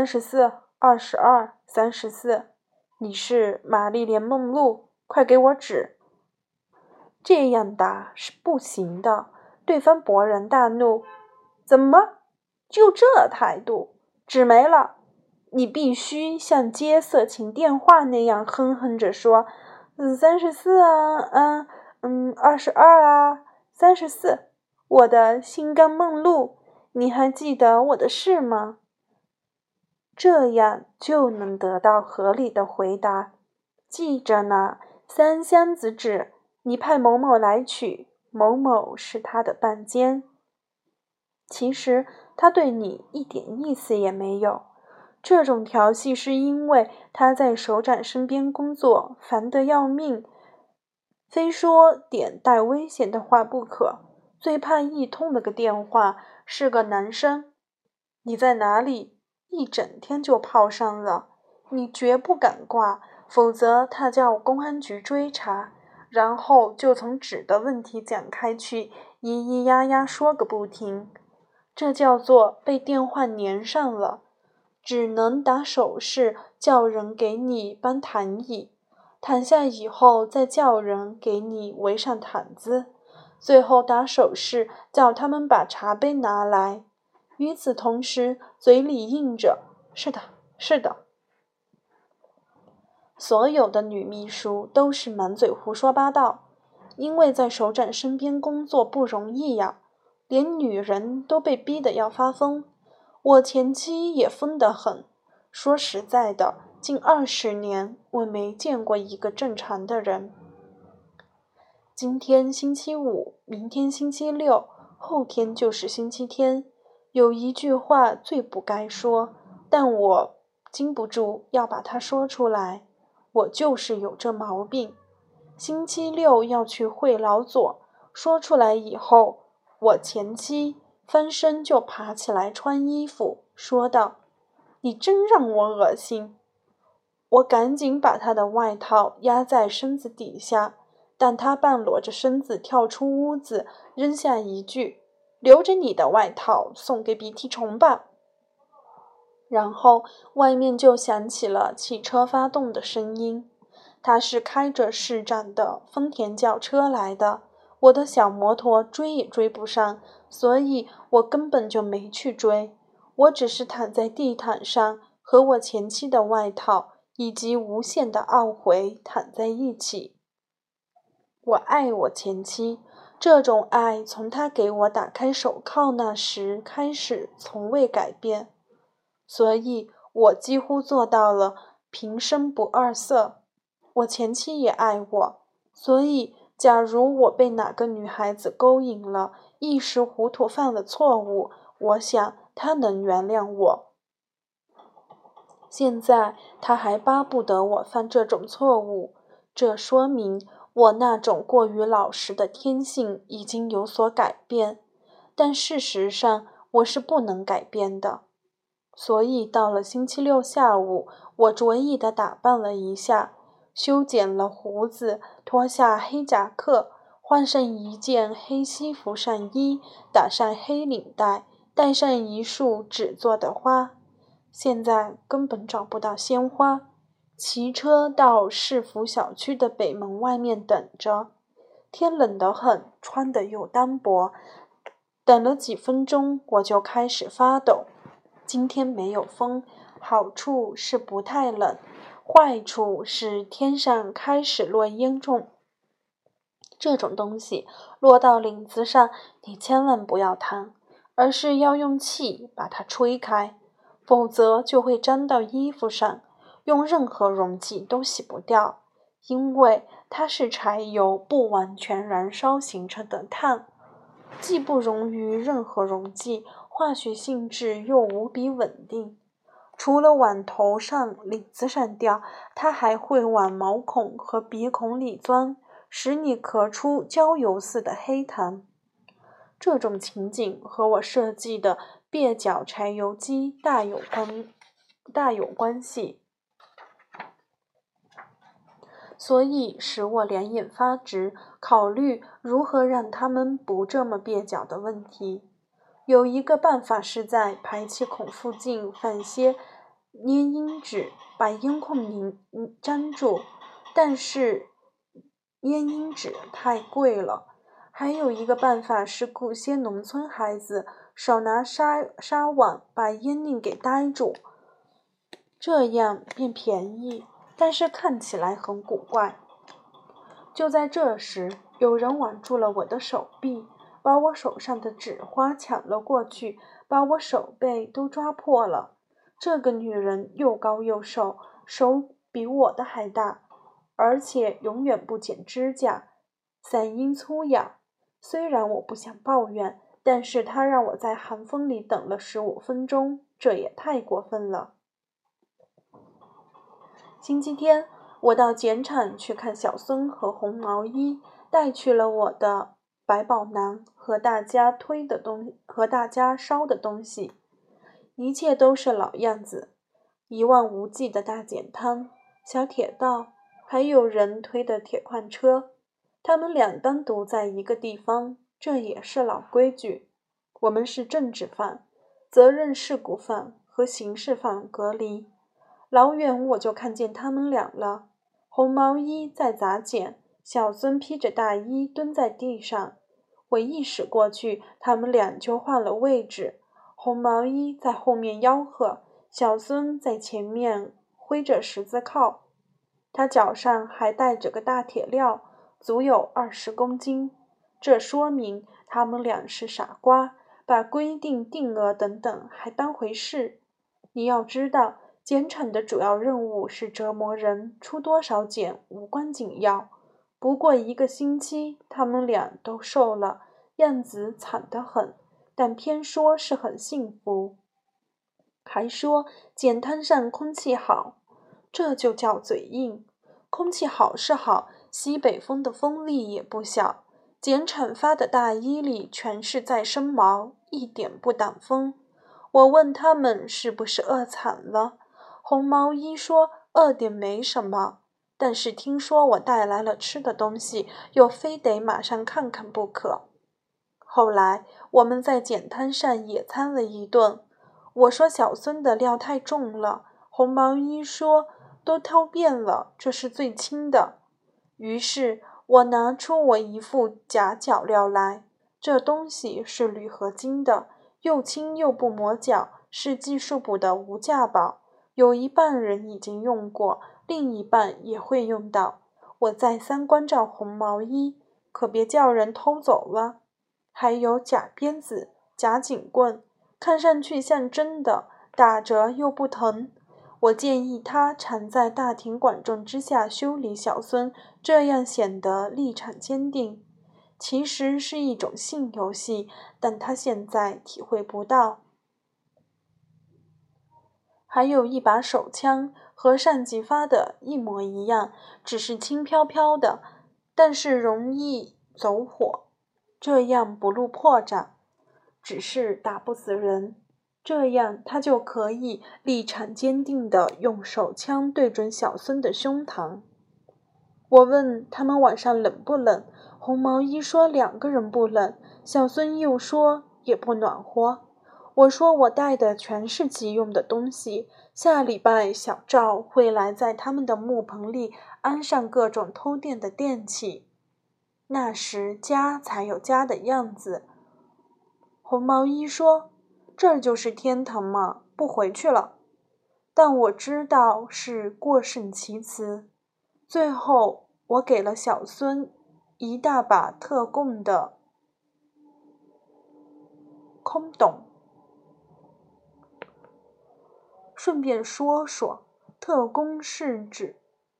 ，34、22、34。你是玛丽莲·梦露，快给我纸。”这样答是不行的。对方勃然大怒：“怎么就这态度？纸没了！你必须像接色情电话那样哼哼着说，34啊，22啊，34。我的心肝梦露，你还记得我的事吗？”这样就能得到合理的回答。记着呢，3箱子纸，你派某某来取，某某是他的伴监。其实他对你一点意思也没有，这种调戏是因为他在首长身边工作，烦得要命，非说点带危险的话不可，最怕一通了个电话是个男生。你在哪里？一整天就泡上了，你绝不敢挂，否则他叫公安局追查，然后就从纸的问题讲开去，咿咿呀呀说个不停。这叫做被电话粘上了，只能打手势叫人给你搬躺椅，躺下以后再叫人给你围上毯子，最后打手势叫他们把茶杯拿来。与此同时，嘴里应着是的，是的。所有的女秘书都是满嘴胡说八道， 因为在首长身边工作不容易呀，连女人都被逼得要发疯。我前妻也疯得很。说实在的，近20年我没见过一个正常的人。今天星期五，明天星期六，后天就是星期天。有一句话最不该说，但我禁不住要把它说出来。我就是有这毛病。星期六要去会老左，说出来以后，我前妻翻身就爬起来穿衣服，说道：“你真让我恶心。”我赶紧把她的外套压在身子底下，但她半裸着身子跳出屋子，扔下一句：“留着你的外套，送给鼻涕虫吧。”然后外面就响起了汽车发动的声音。他是开着市长的丰田轿车来的，我的小摩托追也追不上，所以我根本就没去追。我只是躺在地毯上，和我前妻的外套以及无限的懊悔躺在一起。我爱我前妻，这种爱从她给我打开手铐那时开始从未改变，所以我几乎做到了平生不二色。我前妻也爱我，所以假如我被哪个女孩子勾引了，一时糊涂犯了错误，我想她能原谅我。现在她还巴不得我犯这种错误，这说明我那种过于老实的天性已经有所改变，但事实上我是不能改变的。所以到了星期六下午，我着意地打扮了一下，修剪了胡子，脱下黑夹克，换上一件黑西服上衣，打上黑领带，戴上一束纸做的花。现在根本找不到鲜花，骑车到市府小区的北门外面等着。天冷得很，穿得又单薄，等了几分钟我就开始发抖。今天没有风，好处是不太冷，坏处是天上开始落烟重。这种东西落到领子上，你千万不要弹，而是要用气把它吹开，否则就会粘到衣服上，用任何容器都洗不掉，因为它是柴油不完全燃烧形成的碳，既不溶于任何溶剂，化学性质又无比稳定。除了往头上、领子上掉，它还会往毛孔和鼻孔里钻，使你咳出焦油似的黑痰。这种情景和我设计的蹩脚柴油机大有关系，所以使我两眼发直，考虑如何让它们不这么蹩脚的问题。有一个办法是在排气孔附近放些粘烟纸，把烟孔粘住，但是粘烟纸太贵了。还有一个办法是雇些农村孩子手拿纱网把烟令给呆住，这样便便宜，但是看起来很古怪。就在这时，有人挽住了我的手臂，把我手上的纸花抢了过去，把我手背都抓破了。这个女人又高又瘦，手比我的还大，而且永远不剪指甲，嗓音粗哑。虽然我不想抱怨，但是她让我在寒风里等了15分钟，这也太过分了。星期天，我到碱厂去看小孙和红毛衣，带去了我的百宝囊和大家烧的东西。一切都是老样子，一望无际的大碱滩、小铁道，还有人推的铁矿车。他们俩单独在一个地方，这也是老规矩。我们是政治犯、责任事故犯和刑事犯隔离。老远我就看见他们俩了，红毛衣在砸碱，小孙披着大衣蹲在地上。我一驶过去，他们俩就换了位置，红毛衣在后面吆喝，小孙在前面挥着十字铐，他脚上还带着个大铁镣， 足有20公斤。这说明他们俩是傻瓜，把规定、定额等等还当回事。你要知道，减产的主要任务是折磨人，出多少减无关紧要。不过1个星期，他们俩都瘦了，样子惨得很，但偏说是很幸福。还说碱滩上空气好，这就叫嘴硬。空气好是好，西北风的风力也不小，减产发的大衣里全是再生毛，一点不挡风。我问他们是不是饿惨了，红毛衣说饿点没什么，但是听说我带来了吃的东西，又非得马上看看不可。后来我们在碱滩上野餐了一顿，我说小孙的料太重了，红毛衣说都掏遍了，这是最轻的。于是我拿出我一副假脚料来，这东西是铝合金的，又轻又不磨脚，是技术部的无价宝，有一半人已经用过，另一半也会用到。我再三关照红毛衣，可别叫人偷走了。还有假鞭子、假警棍，看上去像真的，打着又不疼。我建议他常在大庭广众之下修理小孙，这样显得立场坚定。其实是一种性游戏，但他现在体会不到。还有一把手枪，和上级发的一模一样，只是轻飘飘的，但是容易走火，这样不露破绽，只是打不死人。这样他就可以立场坚定地用手枪对准小孙的胸膛。我问他们晚上冷不冷，红毛衣说2个人不冷，小孙又说也不暖和。我说我带的全是急用的东西，下礼拜小赵会来在他们的木棚里安上各种偷电的电器，那时家才有家的样子。红毛衣说这儿就是天堂嘛，不回去了。但我知道是过剩其词。最后我给了小孙一大把特供的空洞。顺便说说，特供是指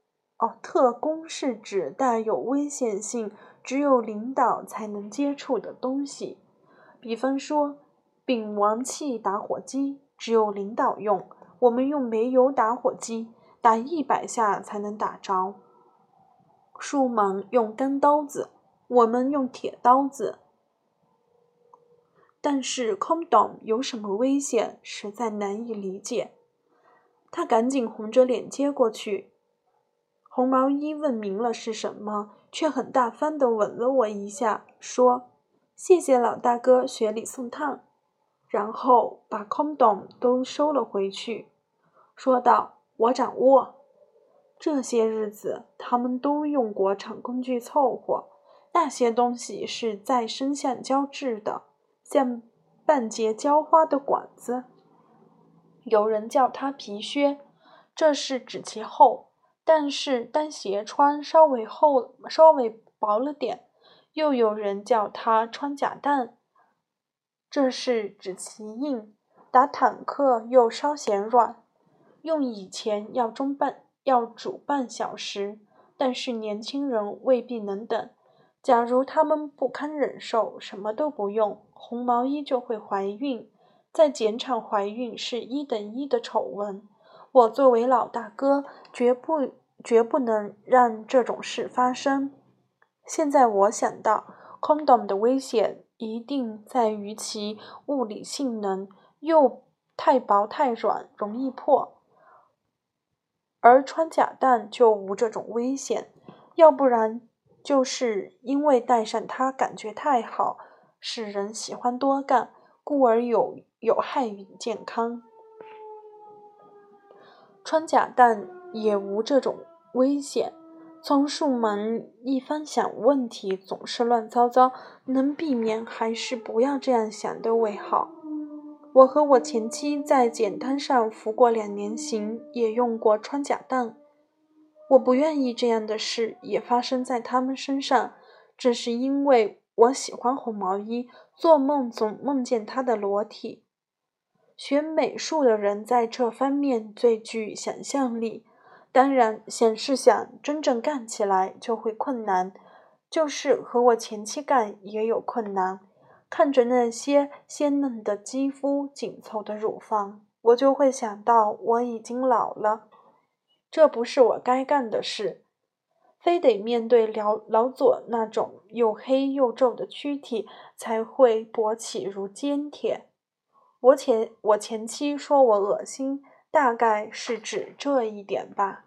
带有危险性，只有领导才能接触的东西。比方说丙烷气打火机只有领导用，我们用煤油打火机打100下才能打着。树盲用钢刀子，我们用铁刀子。但是 condom 有什么危险，实在难以理解。他赶紧红着脸接过去。红毛衣问明了是什么，却很大方地吻了我一下，说谢谢老大哥雪里送炭，然后把 condom 都收了回去，说道我掌握。这些日子他们都用国产工具凑合，那些东西是再生橡胶制的，像半截浇花的管子，有人叫它皮靴，这是指其厚，但是当鞋穿稍微薄了点。又有人叫它穿甲弹，这是指其硬，打坦克又稍显软，用以前要煮半小时，但是年轻人未必能等。假如他们不堪忍受，什么都不用，红毛衣就会怀孕。在碱场怀孕是1等1的丑闻，我作为老大哥，绝不能让这种事发生。现在我想到 condom 的危险一定在于其物理性能，又太薄太软，容易破，而穿甲弹就无这种危险，要不然就是因为戴上它感觉太好，使人喜欢多干，故而有害于健康。穿甲弹也无这种危险。从树盲一方想问题总是乱糟糟，能避免还是不要这样想的为好。我和我前妻在碱滩上服过2年刑，也用过穿甲弹。 我不愿意这样的事也发生在他们身上，这是因为我喜欢红毛衣，做梦总梦见他的裸体。学美术的人在这方面最具想象力，当然想是想，真正干起来就会困难，就是和我前妻干也有困难。看着那些鲜嫩的肌肤，紧凑的乳房，我就会想到我已经老了，这不是我该干的事，非得面对老左那种又黑又皱的躯体，才会勃起如坚铁。我前妻说我恶心，大概是指这一点吧。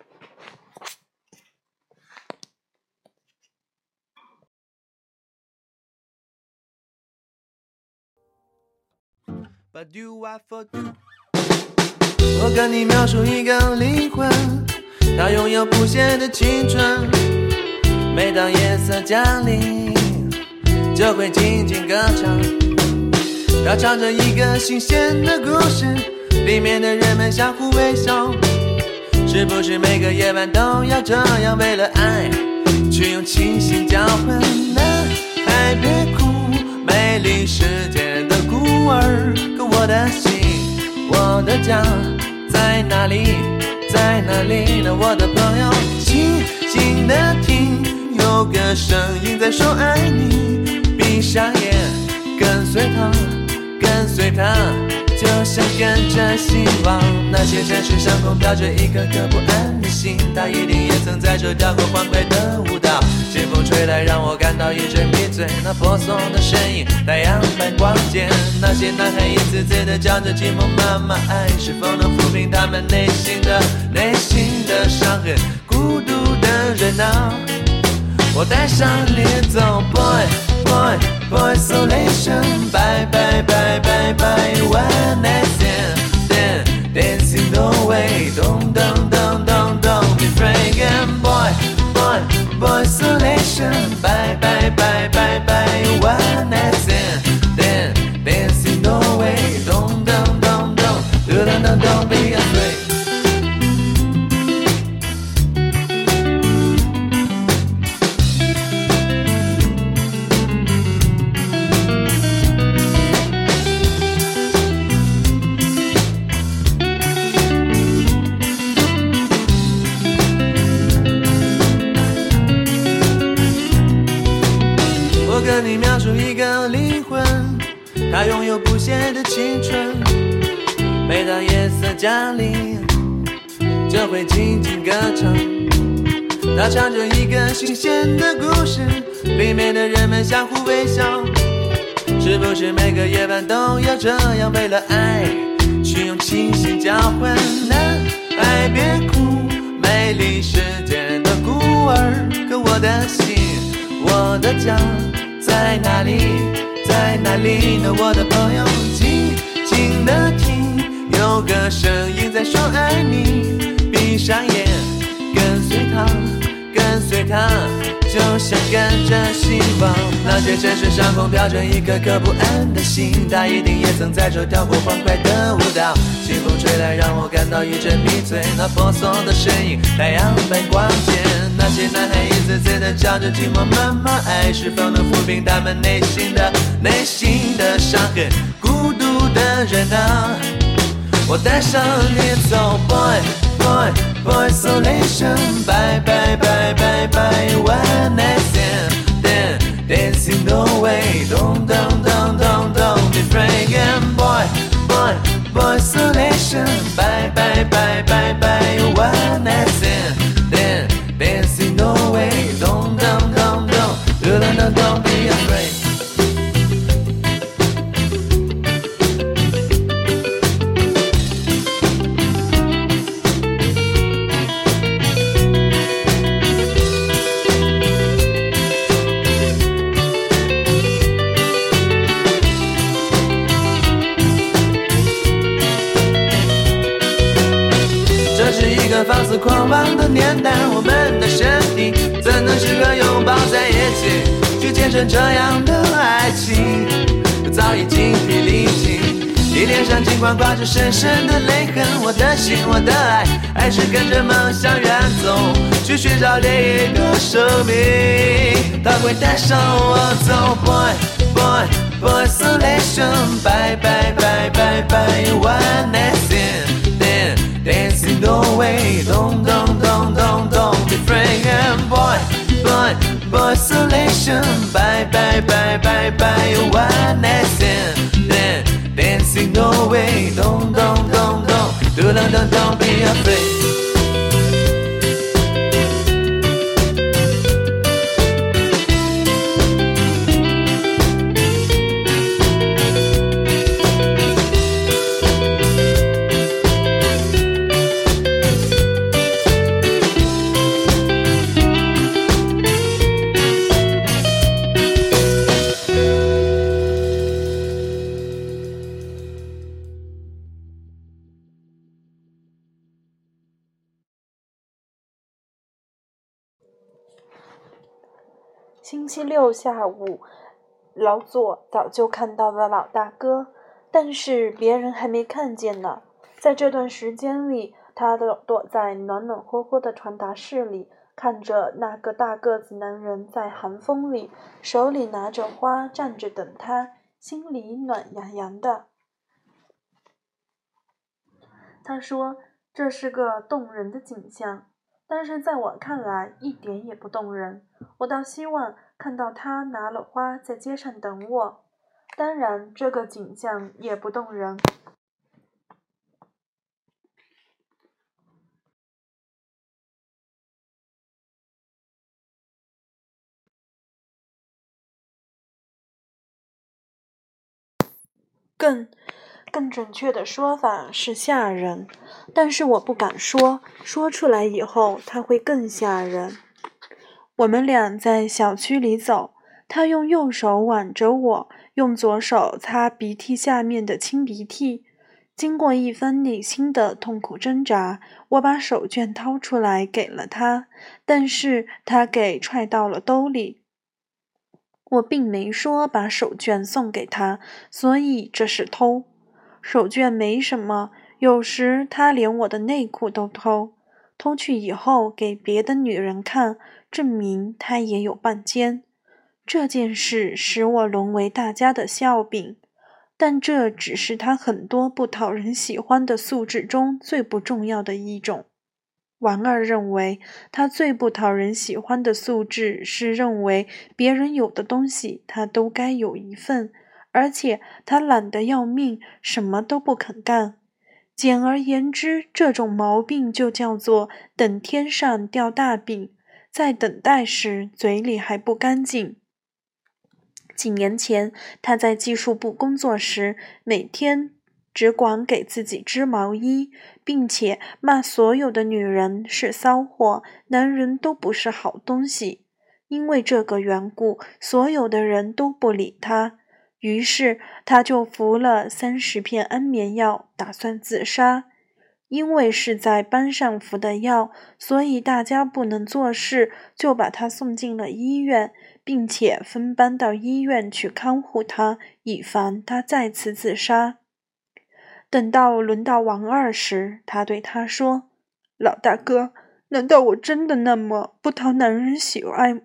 我跟你描述一个灵魂，它拥有不懈的青春，每当夜色降临，就会静静歌唱。它唱着一个新鲜的故事，里面的人们相互微笑。是不是每个夜晚都要这样，为了爱去用清醒交换？男孩别哭，美丽世界的孤儿，可我的心，我的家在哪里？在哪里呢？我的朋友，静静的听，有个声音在说爱你。闭上眼，跟随他，跟随他，就像跟着希望。那些城市上空飘着一颗颗不安的心，他一定也曾在这跳过欢快的舞蹈。清风吹来，让我感到一阵迷醉。那婆娑的身影，太阳般光洁。那些男孩一次次地叫着寂寞妈妈，爱是否能抚平他们内心的伤痕？孤独的人啊，我带上你走 ，boy boy boy isolation， bye bye bye bye bye one night stand dancing the way， don't don't don't don't don't be fragrant boy boy boy isolation， bye bye bye bye bye one night stand dancing the way， don't don't don't don't don't don't don't be afraid。跟你描述一个灵魂，它拥有不懈的青春，每当夜色降临，就会静静歌唱。它唱着一个新鲜的故事，里面的人们相互微笑。是不是每个夜晚都要这样，为了爱去用清醒交换？男孩别哭，美丽世界的孤儿，可我的心，我的家在哪里？在哪里呢？我的朋友，静静的听，有个声音在说爱你。闭上眼，跟随他，跟随他，就像跟着希望。那些城市上空飘着一颗颗不安的心，他一定也曾在这跳过欢快的舞蹈。清风吹来，让我感到一阵迷醉。那婆娑的身影，太阳般光洁。那些男孩一次次地叫着寂寞妈妈，爱是否能抚平他们内心的伤痕？孤独的人啊，我带上你走 ，boy boy boy isolation， bye bye bye bye bye one night stand dancing the way， don't don't don't don't don't be fragrant boy boy boy isolation， bye bye bye bye bye one night stand dancing the way， don't don't don't don't don't don't be afraid。放肆狂妄的年代，我们的身体怎能适合拥抱在一起，去见证这样的爱情？早已精疲力尽，一你脸上尽管挂着深深的泪痕，我的心，我的爱，还是跟着梦想远走，去寻找另一个生命，它会带上我走。Boy boy boy isolation， bye bye bye bye bye one night stand dancing no way， don't don't don't don't don't be afraid。 Boy boy boy isolation， bye bye bye bye bye one night stand dancing no way， don't don't don't don't don't don't don't be afraid。 星期六下午，老左早就看到了老大哥，但是别人还没看见呢。在这段时间里，他躲在暖暖和和的传达室里，看着那个大个子男人在寒风里手里拿着花站着等他，心里暖洋洋的。他说这是个动人的景象，但是在我看来一点也不动人，我倒希望看到他拿了花在街上等我。当然这个景象也不动人。更准确的说法是吓人，但是我不敢说出来以后他会更吓人。我们俩在小区里走，他用右手挽着我，用左手擦鼻涕下面的清鼻涕。经过一番内心的痛苦挣扎，我把手绢掏出来给了他，但是他给揣到了兜里。我并没说把手绢送给他，所以这是偷。手绢没什么，有时他连我的内裤都偷，偷去以后给别的女人看，证明他也有半奸。这件事使我沦为大家的笑柄，但这只是他很多不讨人喜欢的素质中最不重要的一种。王二认为他最不讨人喜欢的素质是认为别人有的东西他都该有一份，而且他懒得要命，什么都不肯干。简而言之，这种毛病就叫做等天上掉大饼，在等待时嘴里还不干净。几年前他在技术部工作时，每天只管给自己织毛衣，并且骂所有的女人是骚货，男人都不是好东西。因为这个缘故，所有的人都不理他，于是他就服了30片安眠药，打算自杀。因为是在班上服的药，所以大家不能做事，就把他送进了医院，并且分班到医院去看护他，以防他再次自杀。等到轮到王二时，他对他说：“老大哥，难道我真的那么不讨男人喜爱？”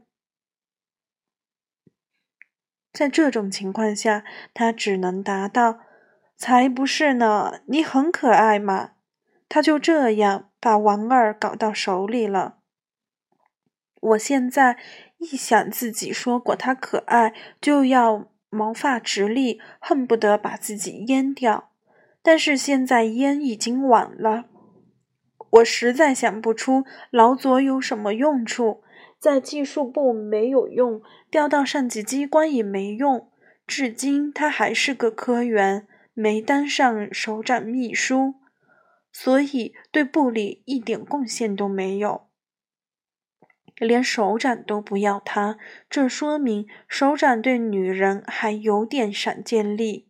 在这种情况下，他只能答道：“才不是呢，你很可爱嘛。”他就这样把王二搞到手里了。我现在一想自己说过他可爱，就要毛发直立，恨不得把自己淹掉。但是现在淹已经晚了，我实在想不出老左有什么用处，在技术部没有用，调到上级机关也没用，至今他还是个科员，没当上首长秘书，所以对部里一点贡献都没有。连首长都不要他，这说明首长对女人还有点赏鉴力。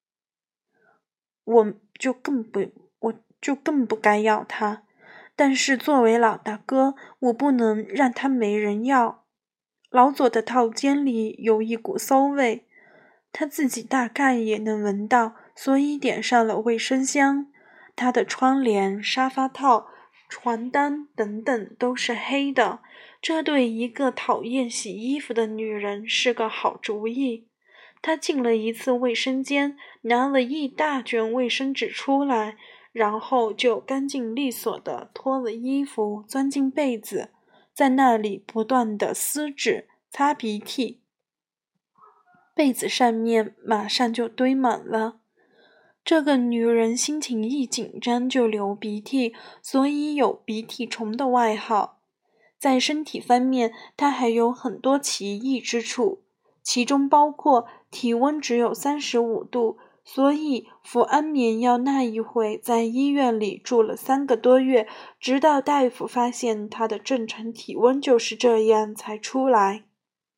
我就更不该要他，但是作为老大哥，我不能让他没人要。老左的套间里有一股馊味，他自己大概也能闻到， 所以点上了卫生香。他的窗帘、沙发套、床单等等都是黑的，这对一个讨厌洗衣服的女人是个好主意。他进了一次卫生间，拿了一大卷卫生纸出来，然后就干净利索地脱了衣服，钻进被子，在那里不断地撕纸、擦鼻涕。被子上面马上就堆满了。这个女人心情一紧张就流鼻涕，所以有鼻涕虫的外号。在身体方面，她还有很多奇异之处，其中包括体温只有35度，所以服安眠药那一会在医院里住了3个多月，直到大夫发现她的正常体温就是这样才出来。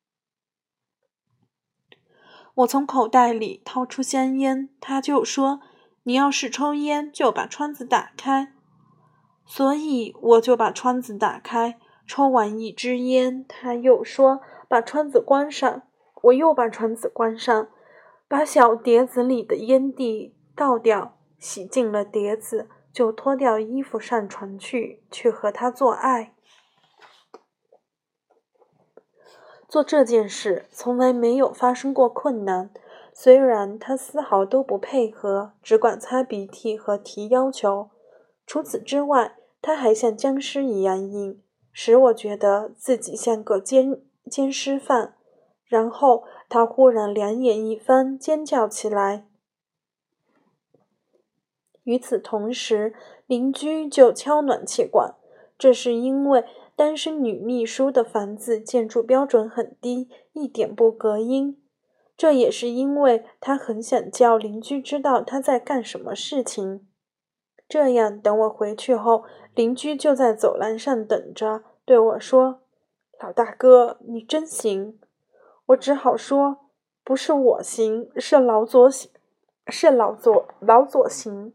我从口袋里掏出香烟，他就说：“你要是抽烟，就把窗子打开。”所以我就把窗子打开，抽完一支烟，他又说：“把窗子关上。”我又把窗子关上，把小碟子里的烟蒂倒掉，洗净了碟子，就脱掉衣服上床去和他做爱。做这件事从来没有发生过困难，虽然他丝毫都不配合，只管擦鼻涕和提要求。除此之外，他还像僵尸一样硬，使我觉得自己像个奸尸犯。然后他忽然两眼一翻，尖叫起来。与此同时，邻居就敲暖气管，这是因为单身女秘书的房子建筑标准很低，一点不隔音。这也是因为他很想叫邻居知道他在干什么事情。这样等我回去后，邻居就在走廊上等着，对我说：“老大哥，你真行。”我只好说：“不是我行，是老左行，老左行。”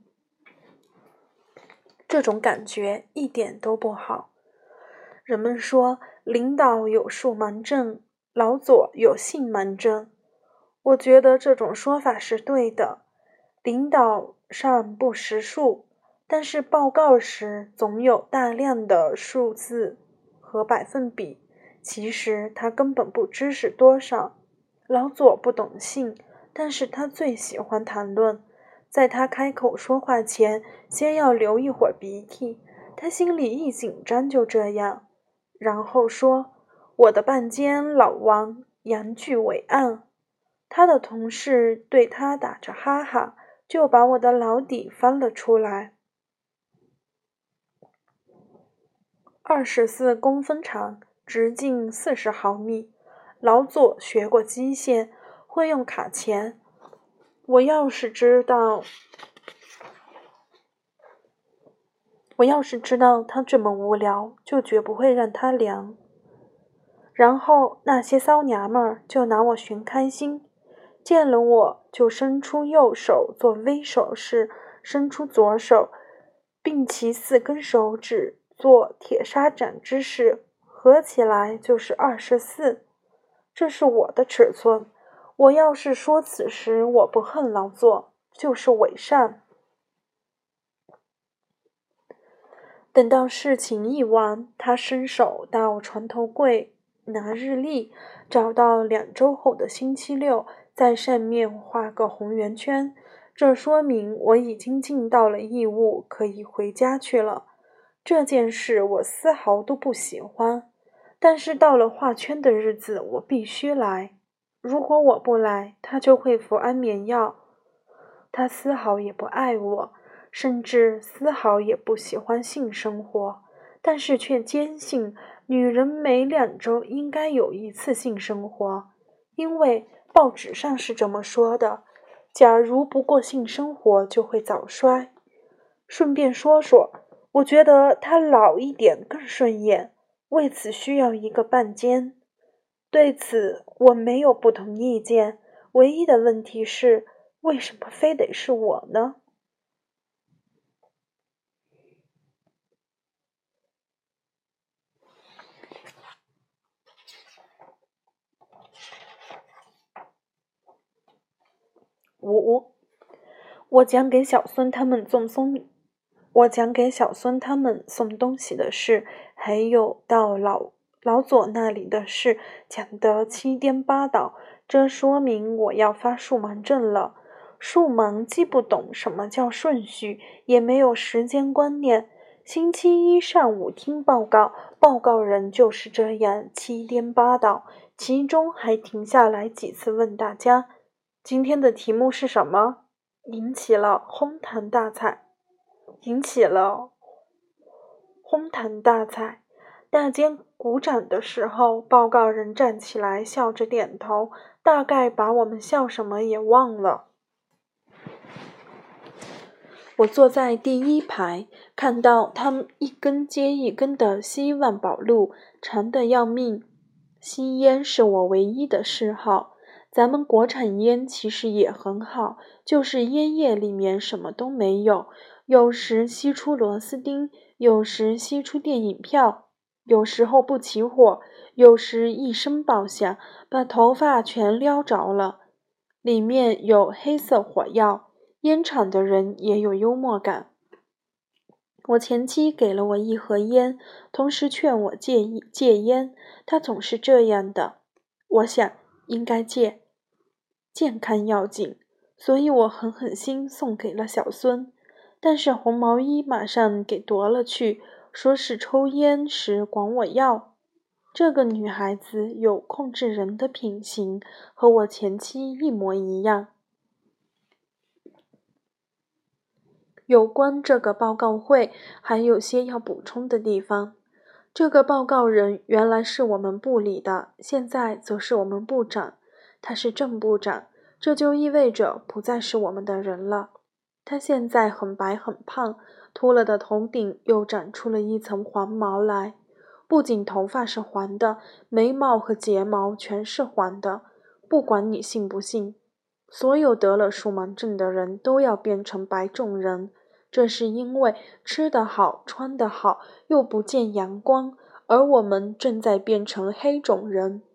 这种感觉一点都不好。人们说领导有数盲症，老左有性盲症。我觉得这种说法是对的。领导上不识数，但是报告时总有大量的数字和百分比，其实他根本不知是多少。老左不懂性，但是他最喜欢谈论。在他开口说话前，先要流一会儿鼻涕，他心里一紧张就这样，然后说：“我的半监老王阳具伟岸。”他的同事对他打着哈哈，就把我的老底翻了出来。24公分长，直径40毫米。老左学过机械，会用卡钳。我要是知道他这么无聊，就绝不会让他量。然后那些骚娘们儿就拿我寻开心，见了我就伸出右手做 V 手势，伸出左手，并其4根手指做铁砂掌之势，合起来就是24。这是我的尺寸。我要是说此时我不恨老左，就是伪善。等到事情一完，他伸手到床头柜拿日历，找到2周后的星期六，在上面画个红圆圈，这说明我已经尽到了义务，可以回家去了。这件事我丝毫都不喜欢，但是到了画圈的日子，我必须来。如果我不来，他就会服安眠药。他丝毫也不爱我，甚至丝毫也不喜欢性生活，但是却坚信女人每2周应该有1次性生活，因为报纸上是这么说的，假如不过性生活就会早衰。顺便说说，我觉得他老一点更顺眼，为此需要一个半监。对此我没有不同意见，唯一的问题是，为什么非得是我呢？ 我讲给小孙他们送东西的事，还有到老左那里的事，讲得七颠八倒，这说明我要发数盲症了。数盲既不懂什么叫顺序，也没有时间观念。星期一上午听报告，报告人就是这样七颠八倒，其中还停下来几次问大家，今天的题目是什么？引起了哄堂大彩。大家鼓掌的时候，报告人站起来笑着点头，大概把我们笑什么也忘了。我坐在第一排，看到他们一根接一根的吸万宝路，馋得要命。吸烟是我唯一的嗜好，咱们国产烟其实也很好，就是烟叶里面什么都没有，有时吸出螺丝钉，有时吸出电影票，有时候不起火，有时一声爆响，把头发全撩着了。里面有黑色火药，烟厂的人也有幽默感。我前妻给了我一盒烟，同时劝我戒烟，她总是这样的。我想应该戒，健康要紧，所以我狠心送给了小孙。但是红毛衣马上给夺了去，说是抽烟时管我要。这个女孩子有控制人的品行，和我前妻一模一样。有关这个报告会，还有些要补充的地方。这个报告人原来是我们部里的，现在则是我们部长，他是正部长，这就意味着不再是我们的人了。他现在很白很胖，秃了的头顶又长出了一层黄毛来，不仅头发是黄的，眉毛和睫毛全是黄的，不管你信不信。所有得了数盲症的人都要变成白种人，这是因为吃得好，穿得好，又不见阳光，而我们正在变成黑种人。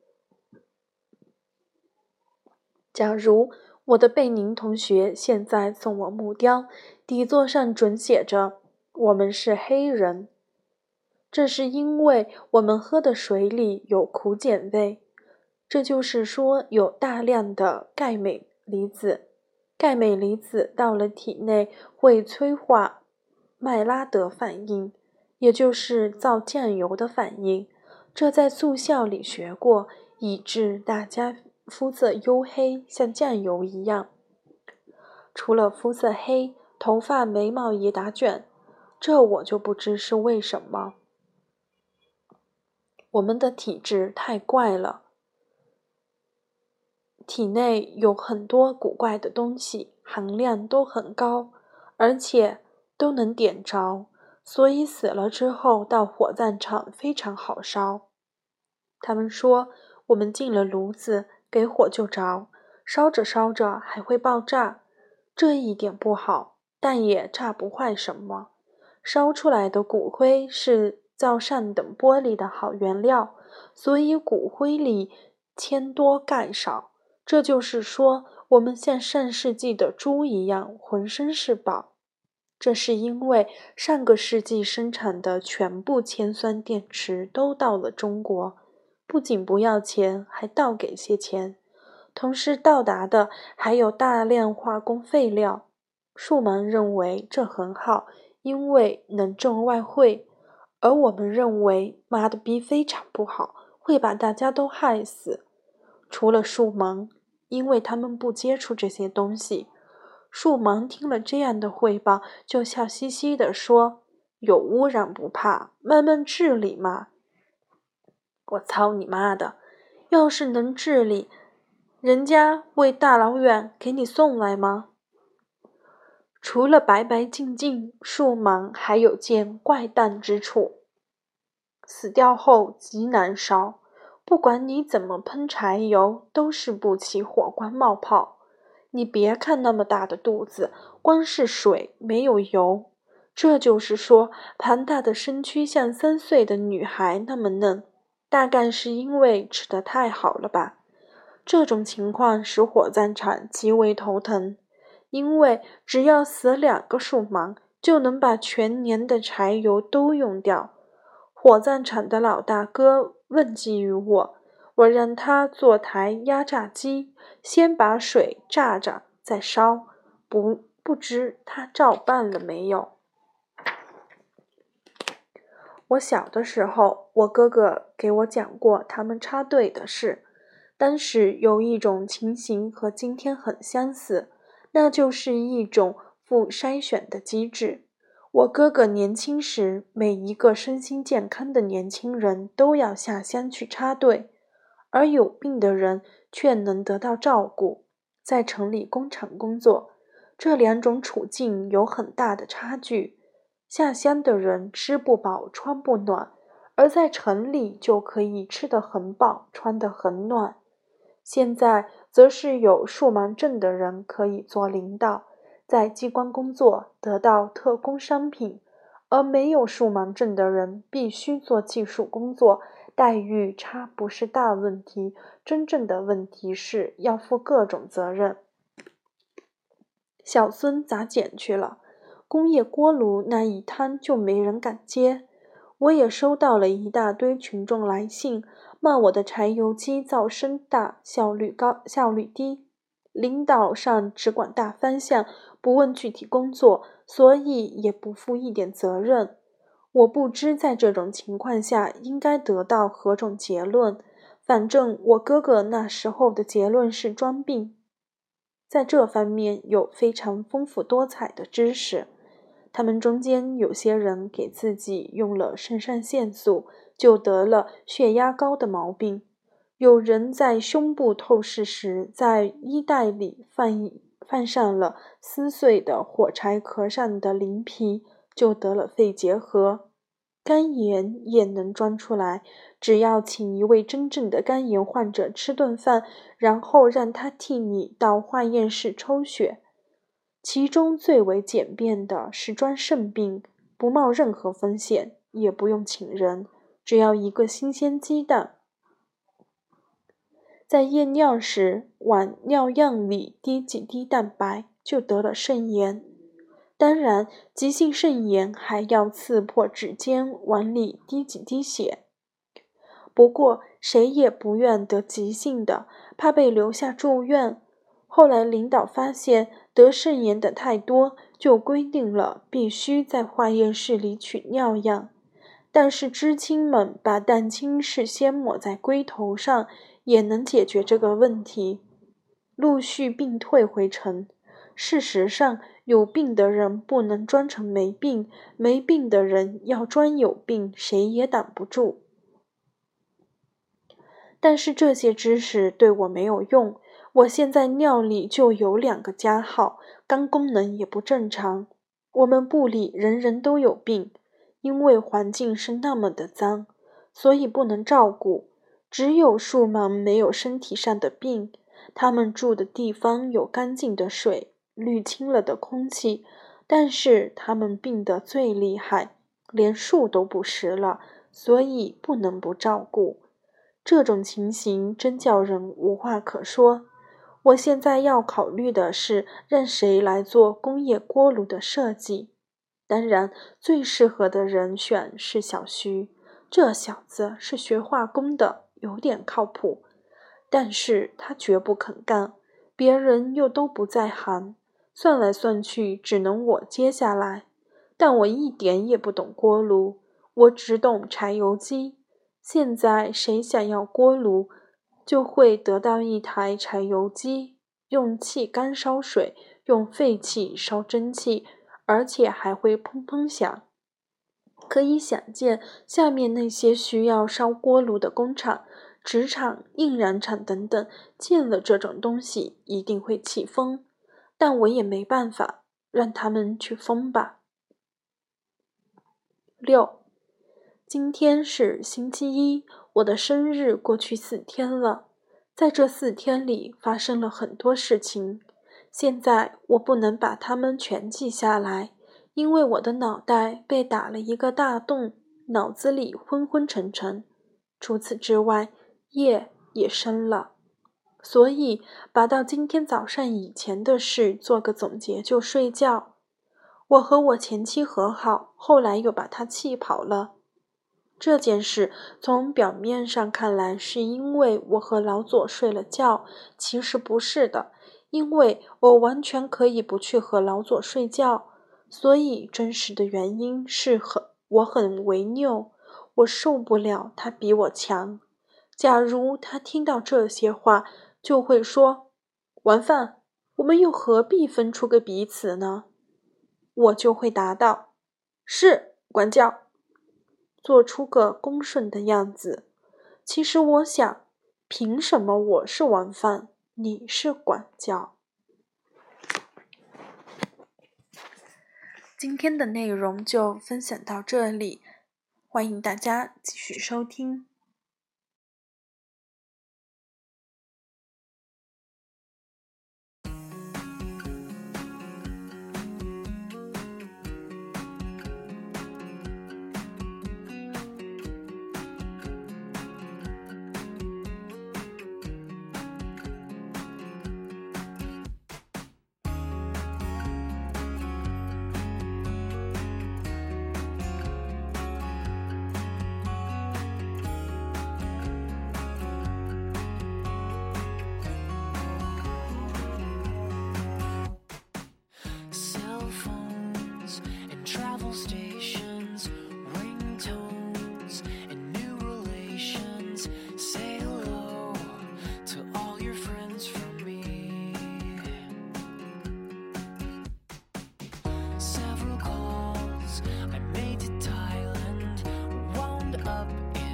假如我的贝宁同学现在送我木雕，底座上准写着我们是黑人，这是因为我们喝的水里有苦碱味，这就是说有大量的钙镁离子，钙镁离子到了体内会催化麦拉德反应，也就是造酱油的反应，这在速效里学过，以致大家肤色黝黑，像酱油一样。除了肤色黑，头发眉毛也打卷，这我就不知是为什么。我们的体质太怪了，体内有很多古怪的东西，含量都很高，而且都能点着，所以死了之后到火葬场非常好烧。他们说我们进了炉子，给火就着，烧着烧着还会爆炸，这一点不好，但也炸不坏什么。烧出来的骨灰是造上等玻璃的好原料，所以骨灰里铅多钙少。这就是说，我们像上世纪的猪一样，浑身是宝。这是因为上个世纪生产的全部铅酸电池都到了中国，不仅不要钱，还倒给些钱。同时到达的还有大量化工废料。数盲认为这很好，因为能挣外汇，而我们认为妈的逼非常不好，会把大家都害死。除了数盲，因为他们不接触这些东西。数盲听了这样的汇报，就笑嘻嘻地说，有污染不怕，慢慢治理嘛。我操你妈的，要是能治理，人家会大老远给你送来吗？除了白白净净，数盲还有件怪诞之处，死掉后极难烧，不管你怎么喷柴油，都是不起火光冒泡。你别看那么大的肚子，光是水没有油，这就是说庞大的身躯像3岁的女孩那么嫩，大概是因为吃得太好了吧。这种情况使火葬场极为头疼。 因为只要死2个树盲，就能把全年的柴油都用掉。火葬场的老大哥问计于我，我让他做台压榨机，先把水榨榨再烧，不知他照办了没有。我小的时候，我哥哥给我讲过他们插队的事。当时有一种情形和今天很相似，那就是一种复筛选的机制。我哥哥年轻时，每一个身心健康的年轻人都要下乡去插队，而有病的人却能得到照顾，在城里工厂工作。这2种处境有很大的差距。下乡的人吃不饱穿不暖，而在城里就可以吃得很饱穿得很暖。现在则是有树盲症的人可以做领导，在机关工作得到特供商品，而没有树盲症的人必须做技术工作，待遇差不是大问题，真正的问题是要负各种责任。小孙砸碱去了，工业锅炉那一摊就没人敢接。我也收到了一大堆群众来信，骂我的柴油机噪声大，效率高，效率低。领导上只管大方向，不问具体工作，所以也不负一点责任。我不知在这种情况下应该得到何种结论，反正我哥哥那时候的结论是装病。在这方面有非常丰富多彩的知识。他们中间有些人给自己用了肾上腺素，就得了血压高的毛病；有人在胸部透视时，在衣袋里放上了撕碎的火柴壳上的鳞皮，就得了肺结核。肝炎也能装出来，只要请一位真正的肝炎患者吃顿饭，然后让他替你到化验室抽血。其中最为简便的是装肾病，不冒任何风险，也不用请人，只要一个新鲜鸡蛋。在验尿时，往尿样里滴几滴蛋白，就得了肾炎。当然，急性肾炎还要刺破指尖往里滴几滴血。不过，谁也不愿得急性的，怕被留下住院。后来领导发现得肾炎的太多，就规定了必须在化验室里取尿样。但是知青们把蛋清事先抹在龟头上，也能解决这个问题。陆续病退回城。事实上，有病的人不能装成没病，没病的人要装有病，谁也挡不住。但是这些知识对我没有用，我现在尿里就有2个加号，肝功能也不正常。我们部里人人都有病，因为环境是那么的脏，所以不能照顾。只有树盲没有身体上的病，他们住的地方有干净的水，滤清了的空气，但是他们病得最厉害，连树都不识了，所以不能不照顾。这种情形真叫人无话可说。我现在要考虑的是让谁来做工业锅炉的设计。当然，最适合的人选是小徐，这小子是学化工的，有点靠谱。但是他绝不肯干，别人又都不在行，算来算去只能我接下来。但我一点也不懂锅炉，我只懂柴油机。现在谁想要锅炉，就会得到一台柴油机，用气干烧水，用废气烧蒸汽，而且还会砰砰响。可以想见，下面那些需要烧锅炉的工厂、纸厂、印染厂等等，见了这种东西一定会气疯。但我也没办法，让他们去疯吧。6. 今天是星期一，我的生日过去4天了。在这4天里发生了很多事情，现在我不能把它们全记下来，因为我的脑袋被打了一个大洞，脑子里昏昏沉沉。除此之外，夜也深了。 所以把到今天早上以前的事做个总结就睡觉。我和我前妻和好，后来又把他气跑了。这件事从表面上看来是因为我和老左睡了觉，其实不是的，因为我完全可以不去和老左睡觉，所以真实的原因是我很违拗，我受不了他比我强。假如他听到这些话，就会说，完饭，我们又何必分出个彼此呢？我就会答道，是，管教，做出个恭顺的样子。其实我想，凭什么我是完饭，你是管教？今天的内容就分享到这里，欢迎大家继续收听。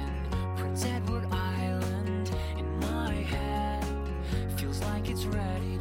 Edward Island in my head feels like it's ready